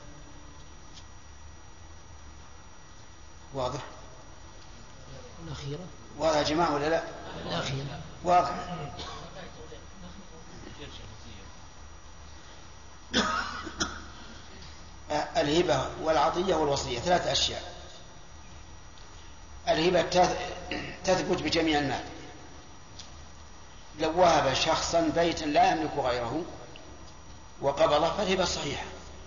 واضح؟ الأخيرة واضح يا جماعة ولا لا؟ الأخيرة واضح. الهبة والعطية والوصية ثلاث أشياء. الهبة تثبت بجميع المال، لو وهب شخصا بيتا لا يملك غيره وقبضه فالهبة صحيحة.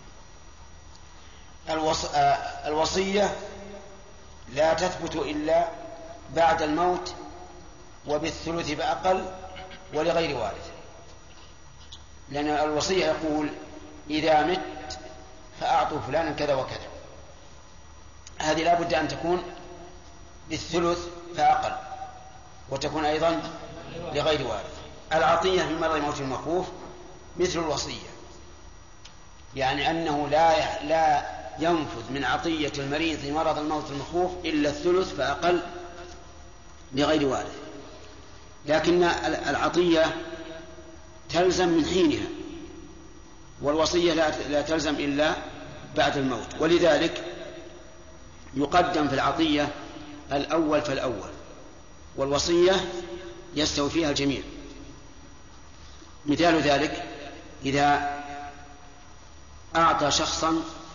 الوص... الوصية لا تثبت إلا بعد الموت وبالثلث فأقل ولغير وارث، لأن الوصية يقول إذا مت فأعطوا فلانا كذا وكذا، هذه لا بد أن تكون بالثلث فأقل، وتكون أيضا لغير وارث. العطية في مرض موت المخوف مثل الوصية، يعني أنه لا لا ينفذ من عطية المريض لمرض الموت المخوف إلا الثلث فأقل لغير وارث، لكن العطية تلزم من حينها، والوصية لا تلزم إلا بعد الموت، ولذلك يقدم في العطية الأول فالأول، والوصية يستوي فيها الجميع. مثال ذلك إذا أعطى شخصا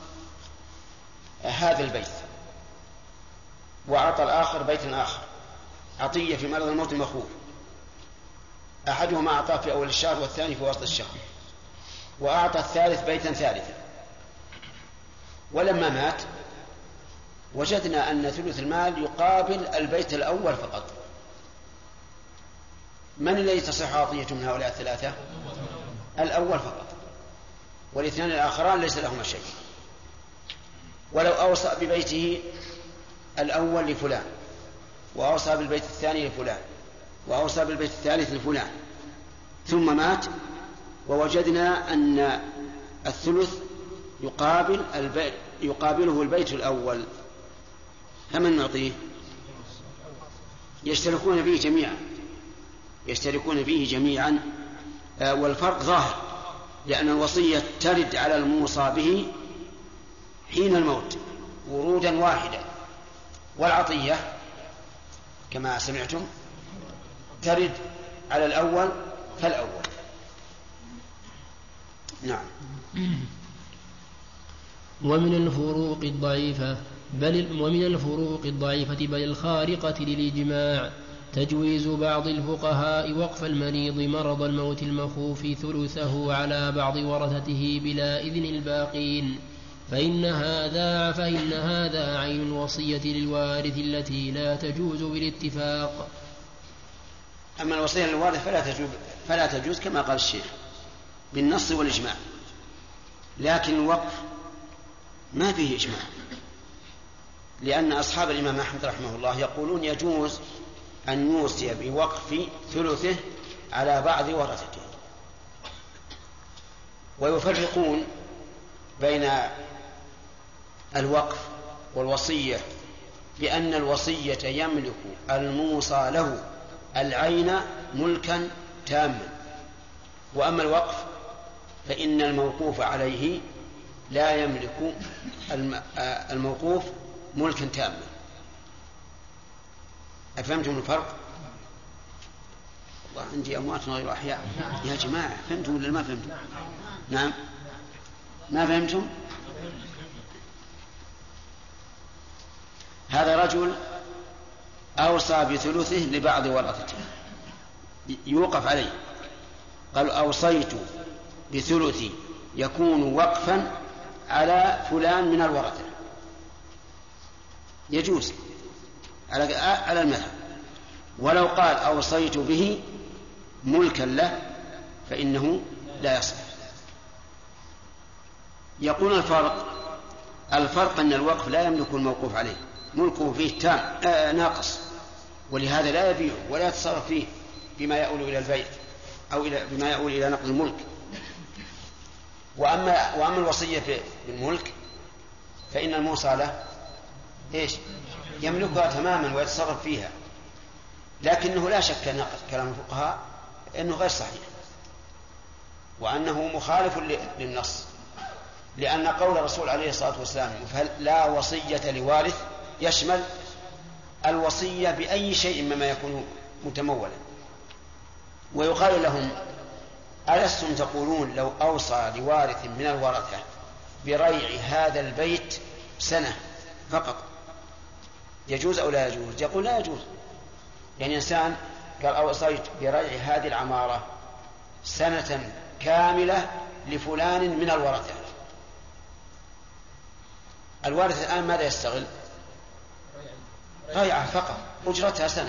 هذا البيت وأعطى الآخر بيتا آخر، عطية في مرض الموت المخوف، أحدهما أعطاه في أول الشهر والثاني في وسط الشهر، وأعطى الثالث بيتا ثالثا، ولما مات وجدنا أن ثلث المال يقابل البيت الأول فقط. من الذي تصح عطية من هؤلاء الثلاثة؟ الأول فقط، والاثنان الآخران ليس لهما شيء. ولو أوصى ببيته الأول لفلان، وأوصى بالبيت الثاني لفلان، وأوصى بالبيت الثالث لفلان، ثم مات ووجدنا أن الثلث يقابل البيت يقابله البيت الأول، فمن نعطيه؟ يشتركون فيه جميعا يشتركون فيه جميعا والفرق ظاهر، لأن الوصية ترد على الموصى به حين الموت ورودا واحدا، والعطية كما سمعتم ترد على الأول فالأول. نعم. ومن الفروق الضعيفة بل ومن الفروق الضعيفة بل الخارقة للإجماع تجويز بعض الفقهاء وقف المريض مرض الموت المخوف ثلثه على بعض ورثته بلا إذن الباقين، فإن هذا فإن هذا عين الوصية للوارث التي لا تجوز بالاتفاق. أما الوصية للوارث فلا تجوز, فلا تجوز كما قال الشيخ بالنص والإجماع، لكن الوقف ما فيه إجماع، لأن أصحاب الإمام أحمد رحمه الله يقولون يجوز أن يوصي بوقف ثلثه على بعض ورثته، ويفرقون بين الوقف والوصية بأن الوصية يملك الموصى له العين ملكا تاما، وأما الوقف فإن الموقوف عليه لا يملك الموقوف ملكا تاما. أفهمتم الفرق؟ والله عندي أموات غير أحياء يا جماعة، فهمتم ولا ما فهمتم؟ نعم ما فهمتم؟ هذا رجل أوصى بثلثه لبعض ورثته يوقف عليه، قال أوصيت بثلثي يكون وقفا على فلان من الورثة، يجوز على على المذهب. ولو قال أوصيت به ملكا له فإنه لا يصح. يقول الفرق الفرق أن الوقف لا يملك الموقوف عليه، ملكه فيه تام آه ناقص، ولهذا لا يبيعه ولا يتصرف فيه بما يؤول إلى البيع أو إلى بما يؤول إلى نقل الملك. وأما وأما الوصية بالملك فإن الموصى له إيش؟ يملكها تماما ويتصرف فيها، لكنه لا شك كلام الفقهاء أنه غير صحيح وأنه مخالف للنص، لأن قول الرسول عليه الصلاة والسلام لا وصية لوارث يشمل الوصية بأي شيء مما يكون متمولا. ويقال لهم ألستم تقولون لو أوصى لوارث من الورثة بريع هذا البيت سنة فقط يجوز أو لا يجوز؟ يقول لا يجوز. يعني إنسان قال أوصيت بريع هذه العمارة سنة كاملة لفلان من الورثة، الوارث الآن ماذا يستغل؟ ريعة فقط أجرتها سنة،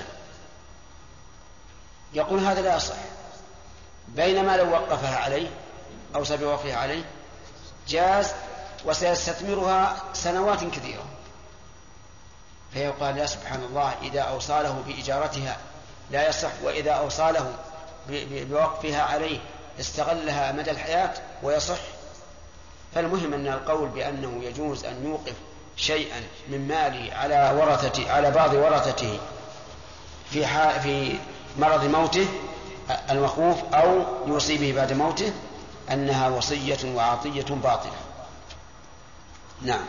يقول هذا لا يصح. بينما لو وقفها عليه أو سبوقفها عليه جاز وسيستثمرها سنوات كثيرة، فيقال يا سبحان الله إذا أوصاله بإجارتها لا يصح، وإذا أوصاله بوقفها عليه استغلها مدى الحياة ويصح. فالمهم أن القول بأنه يجوز أن يوقف شيئا من ماله على ورثته على بعض ورثته في في مرض موته المخوف أو يوصي به بعد موته أنها وصية وعطية باطلة. نعم.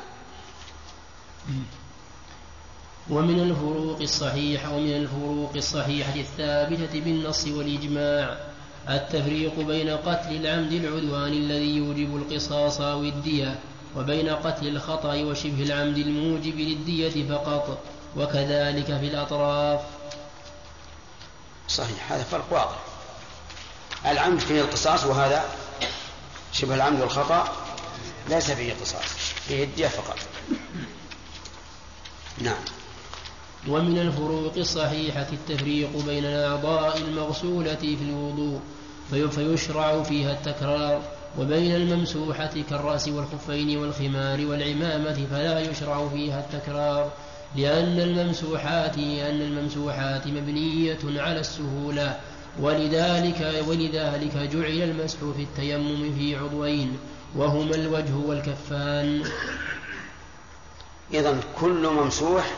ومن الفروق الصحيحة ومن الفروق الصحيحة الثابتة بالنص والإجماع التفريق بين قتل العمد العدوان الذي يوجب القصاص أو الدية وبين قتل الخطأ وشبه العمد الموجب للدية فقط، وكذلك في الأطراف. صحيح، هذا فرق واضح. العمد فيه القصاص، وهذا شبه العمد والخطأ ليس فيه قصاص، فيه الدية فقط. نعم. ومن الفروق الصحيحة التفريق بين الأعضاء المغسولة في الوضوء فيشرع فيها التكرار، وبين الممسوحة كالرأس والخفين والخمار والعمامة فلا يشرع فيها التكرار، لأن الممسوحات أن الممسوحات مبنية على السهولة، ولذلك ولذلك جعل المسح في التيمم في عضوين وهما الوجه والكفان. إذن كل ممسوح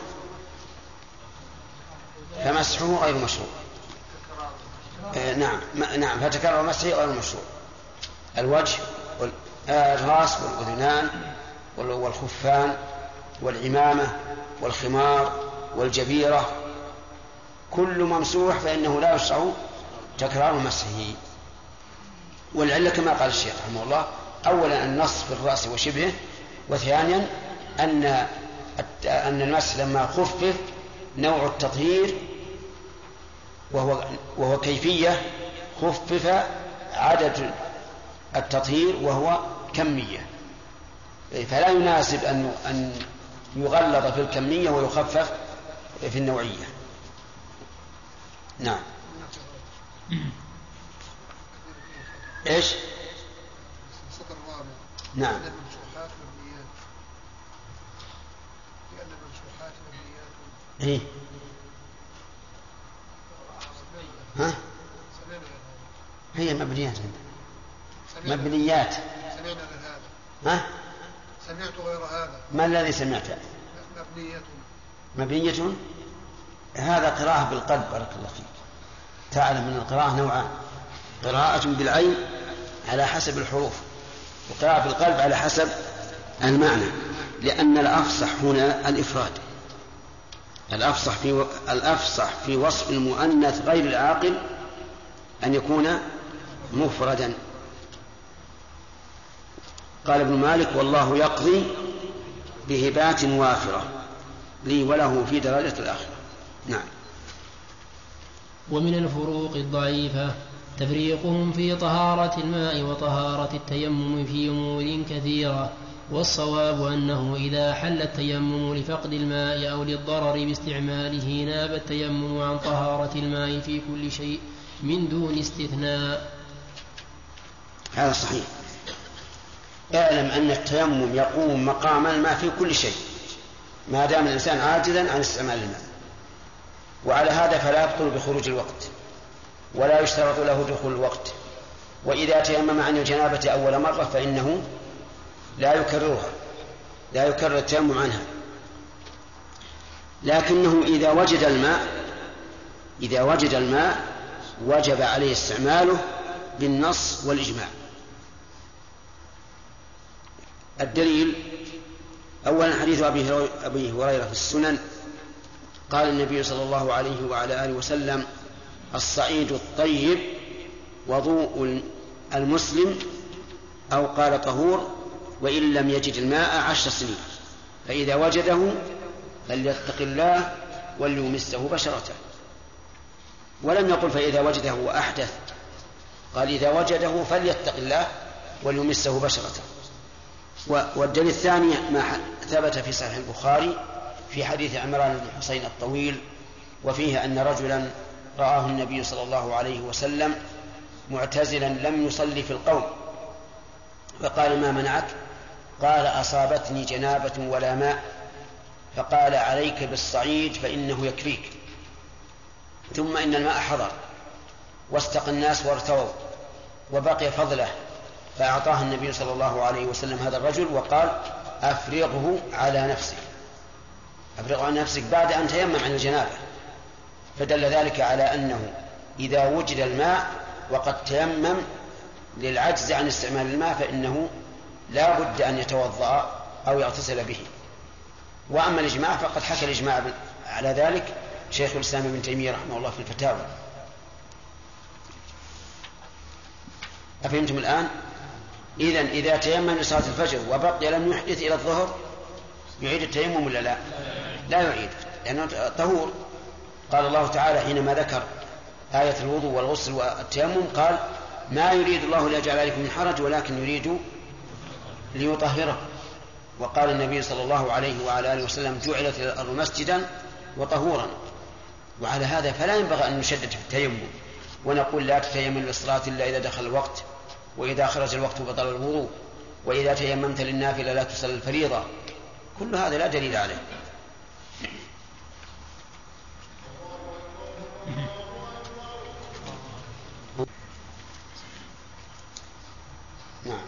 فمسحه غير مشروع. آه نعم نعم فتكرر مسحه غير مشروع. الوجه والراس والأذنان والخفان والعمامة والخمار والجبيرة، كل ممسوح فإنه لا يشرع تكرار مسحه. والعلة كما قال الشيخ رحمه الله: أولا النص في الرأس وشبهه، وثانيا أن أن المسح لما خفف نوع التطهير وهو وهو كيفية، خفف عدد التطهير وهو كمية، فلا يناسب أن أن يغلظ في الكمية ويخفف في النوعية. نعم. ايش؟ السطر الرابع. نعم. لأن الممسوحات مبنيات. لأن الممسوحات مبنيات. ايه. ها؟ هي مبنيات عندنا. مبنيات. سمعنا هذا. ها؟ سمعت غير هذا. ما الذي سمعته؟ مبنية. مبنية. هذا قراءة بالقلب، بارك الله فيك. تعلم من القراءة نوعان: قراءة بالعين على حسب الحروف، وقراءة بالقلب على حسب المعنى، لأن الأفصح هنا الإفراد. الأفصح في الأفصح في وصف المؤنث غير العاقل أن يكون مفردا. قال ابن مالك: والله يقضي بهبات وافرة لي وله في درجة الآخرة. نعم. ومن الفروق الضعيفة تفريقهم في طهارة الماء وطهارة التيمم في أمور كثيرة، والصواب أنه إذا حل التيمم لفقد الماء أو للضرر باستعماله ناب التيمم عن طهارة الماء في كل شيء من دون استثناء. هذا صحيح. اعلم أن التيمم يقوم مقام الماء في كل شيء ما دام الإنسان عاجزا عن استعمال الماء، وعلى هذا فلا يبطل بخروج الوقت ولا يشترط له دخول الوقت. وإذا تيمم عن الجنابة أول مرة فإنه لا يكررها، لا يكرر التيمم عنها، لكنه إذا وجد الماء إذا وجد الماء وجب عليه استعماله بالنص والإجماع. الدليل أولا حديث أبي هريرة في السنن قال النبي صلى الله عليه وعلى آله وسلم: الصعيد الطيب وضوء المسلم، أو قال طهور، وإن لم يجد الماء عشر سنين، فإذا وجده فليتق الله وليمسه بشرته. ولم يقل فإذا وجده وأحدث، قال إذا وجده فليتق الله وليمسه بشرته. والدليل الثاني ما ثبت في صحيح البخاري في حديث عمران بن حسين الطويل، وفيه أن رجلا رآه النبي صلى الله عليه وسلم معتزلا لم يصلي في القوم، فقال: ما منعك؟ قال: أصابتني جنابة ولا ماء. فقال: عليك بالصعيد فإنه يكفيك. ثم إن الماء حضر واستقى الناس وارتووا وبقي فضله، فأعطاه النبي صلى الله عليه وسلم هذا الرجل وقال: أفرغه على نفسك، أفرغه على نفسك بعد أن تيمم عن الجنابة. فدل ذلك على أنه إذا وجد الماء وقد تيمم للعجز عن استعمال الماء فإنه لا بد أن يتوضأ أو يغتسل به. وأما الإجماع فقد حكى الإجماع على ذلك شيخ الإسلام ابن تيمية رحمه الله في الفتاوى. أفهمتم الآن؟ إذن إذا تيمم لصلاة الفجر وبقي لم يحدث إلى الظهر يعيد التيمم ولا لا؟ لا يعيد، لأنه طهور. قال الله تعالى حينما ذكر آية الوضوء والغسل والتيمم قال: ما يريد الله ليجعل عليكم من حرج ولكن يريد ليطهره. وقال النبي صلى الله عليه وعلى آله وسلم: جعلت الأرض مسجدا وطهورا. وعلى هذا فلا ينبغي أن نشدد في التيمم ونقول لا تتيمم للصلاة إلا إذا دخل الوقت، وإذا خرج الوقت بطل الوضوء، وإذا تيممت للنافلة لا تصلي الفريضة. كل هذا لا دليل عليه. نعم.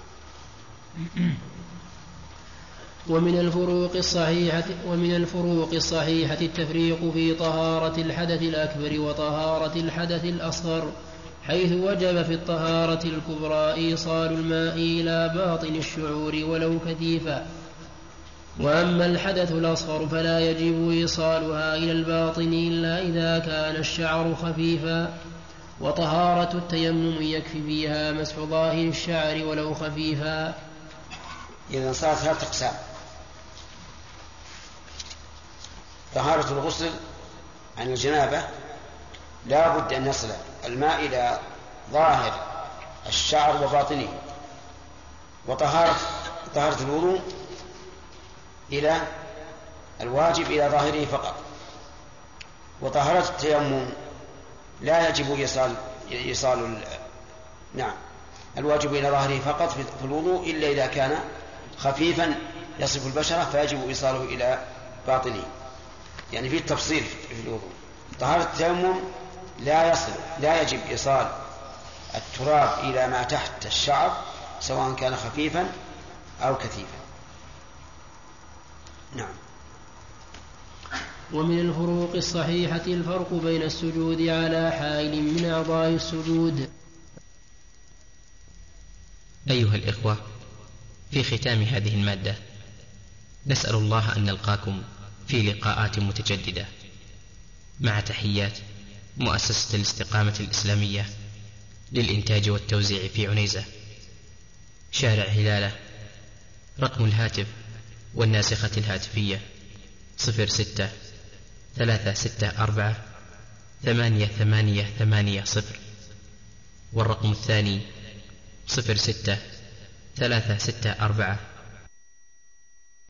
ومن الفروق الصحيحة ومن الفروق الصحيحة التفريق في طهارة الحدث الأكبر وطهارة الحدث الأصغر، حيث وجب في الطهارة الكبرى إيصال الماء إلى باطن الشعور ولو كثيفا، وأما الحدث الأصغر فلا يجب إيصالها إلى الباطن إلا إذا كان الشعر خفيفا. وطهارة التيمم يكفي فيها مسح ظاهر الشعر ولو خفيفا. إذا صارت ثلاثة أقسام: طهارة الغسل عن الجنابة لا بد أن يصل الماء إلى ظاهر الشعر وباطنه، وطهارة طهارة الوضوء إلى الواجب إلى ظاهره فقط. وطهارة التيمم لا يجب إيصال إيصال نعم الواجب إلى ظاهره فقط في الوضوء إلا إذا كان خفيفا يصف البشرة فيجب إيصاله إلى باطنه، يعني في التفصيل في الوضوء. طهارة التيمم لا يصل لا يجب إيصال التراب إلى ما تحت الشعر سواء كان خفيفا أو كثيفا. نعم. ومن الفروق الصحيحة الفرق بين السجود على حائل من أعضاء السجود. أيها الإخوة، في ختام هذه المادة نسأل الله أن نلقاكم في لقاءات متجددة، مع تحيات مؤسسة الاستقامة الإسلامية للإنتاج والتوزيع في عنيزة، شارع هلالة. رقم الهاتف والناسخة الهاتفية صفر ستة ثلاثة ستة أربعة ثمانية ثمانية ثمانية صفر، والرقم الثاني صفر ستة ثلاثة ستة أربعة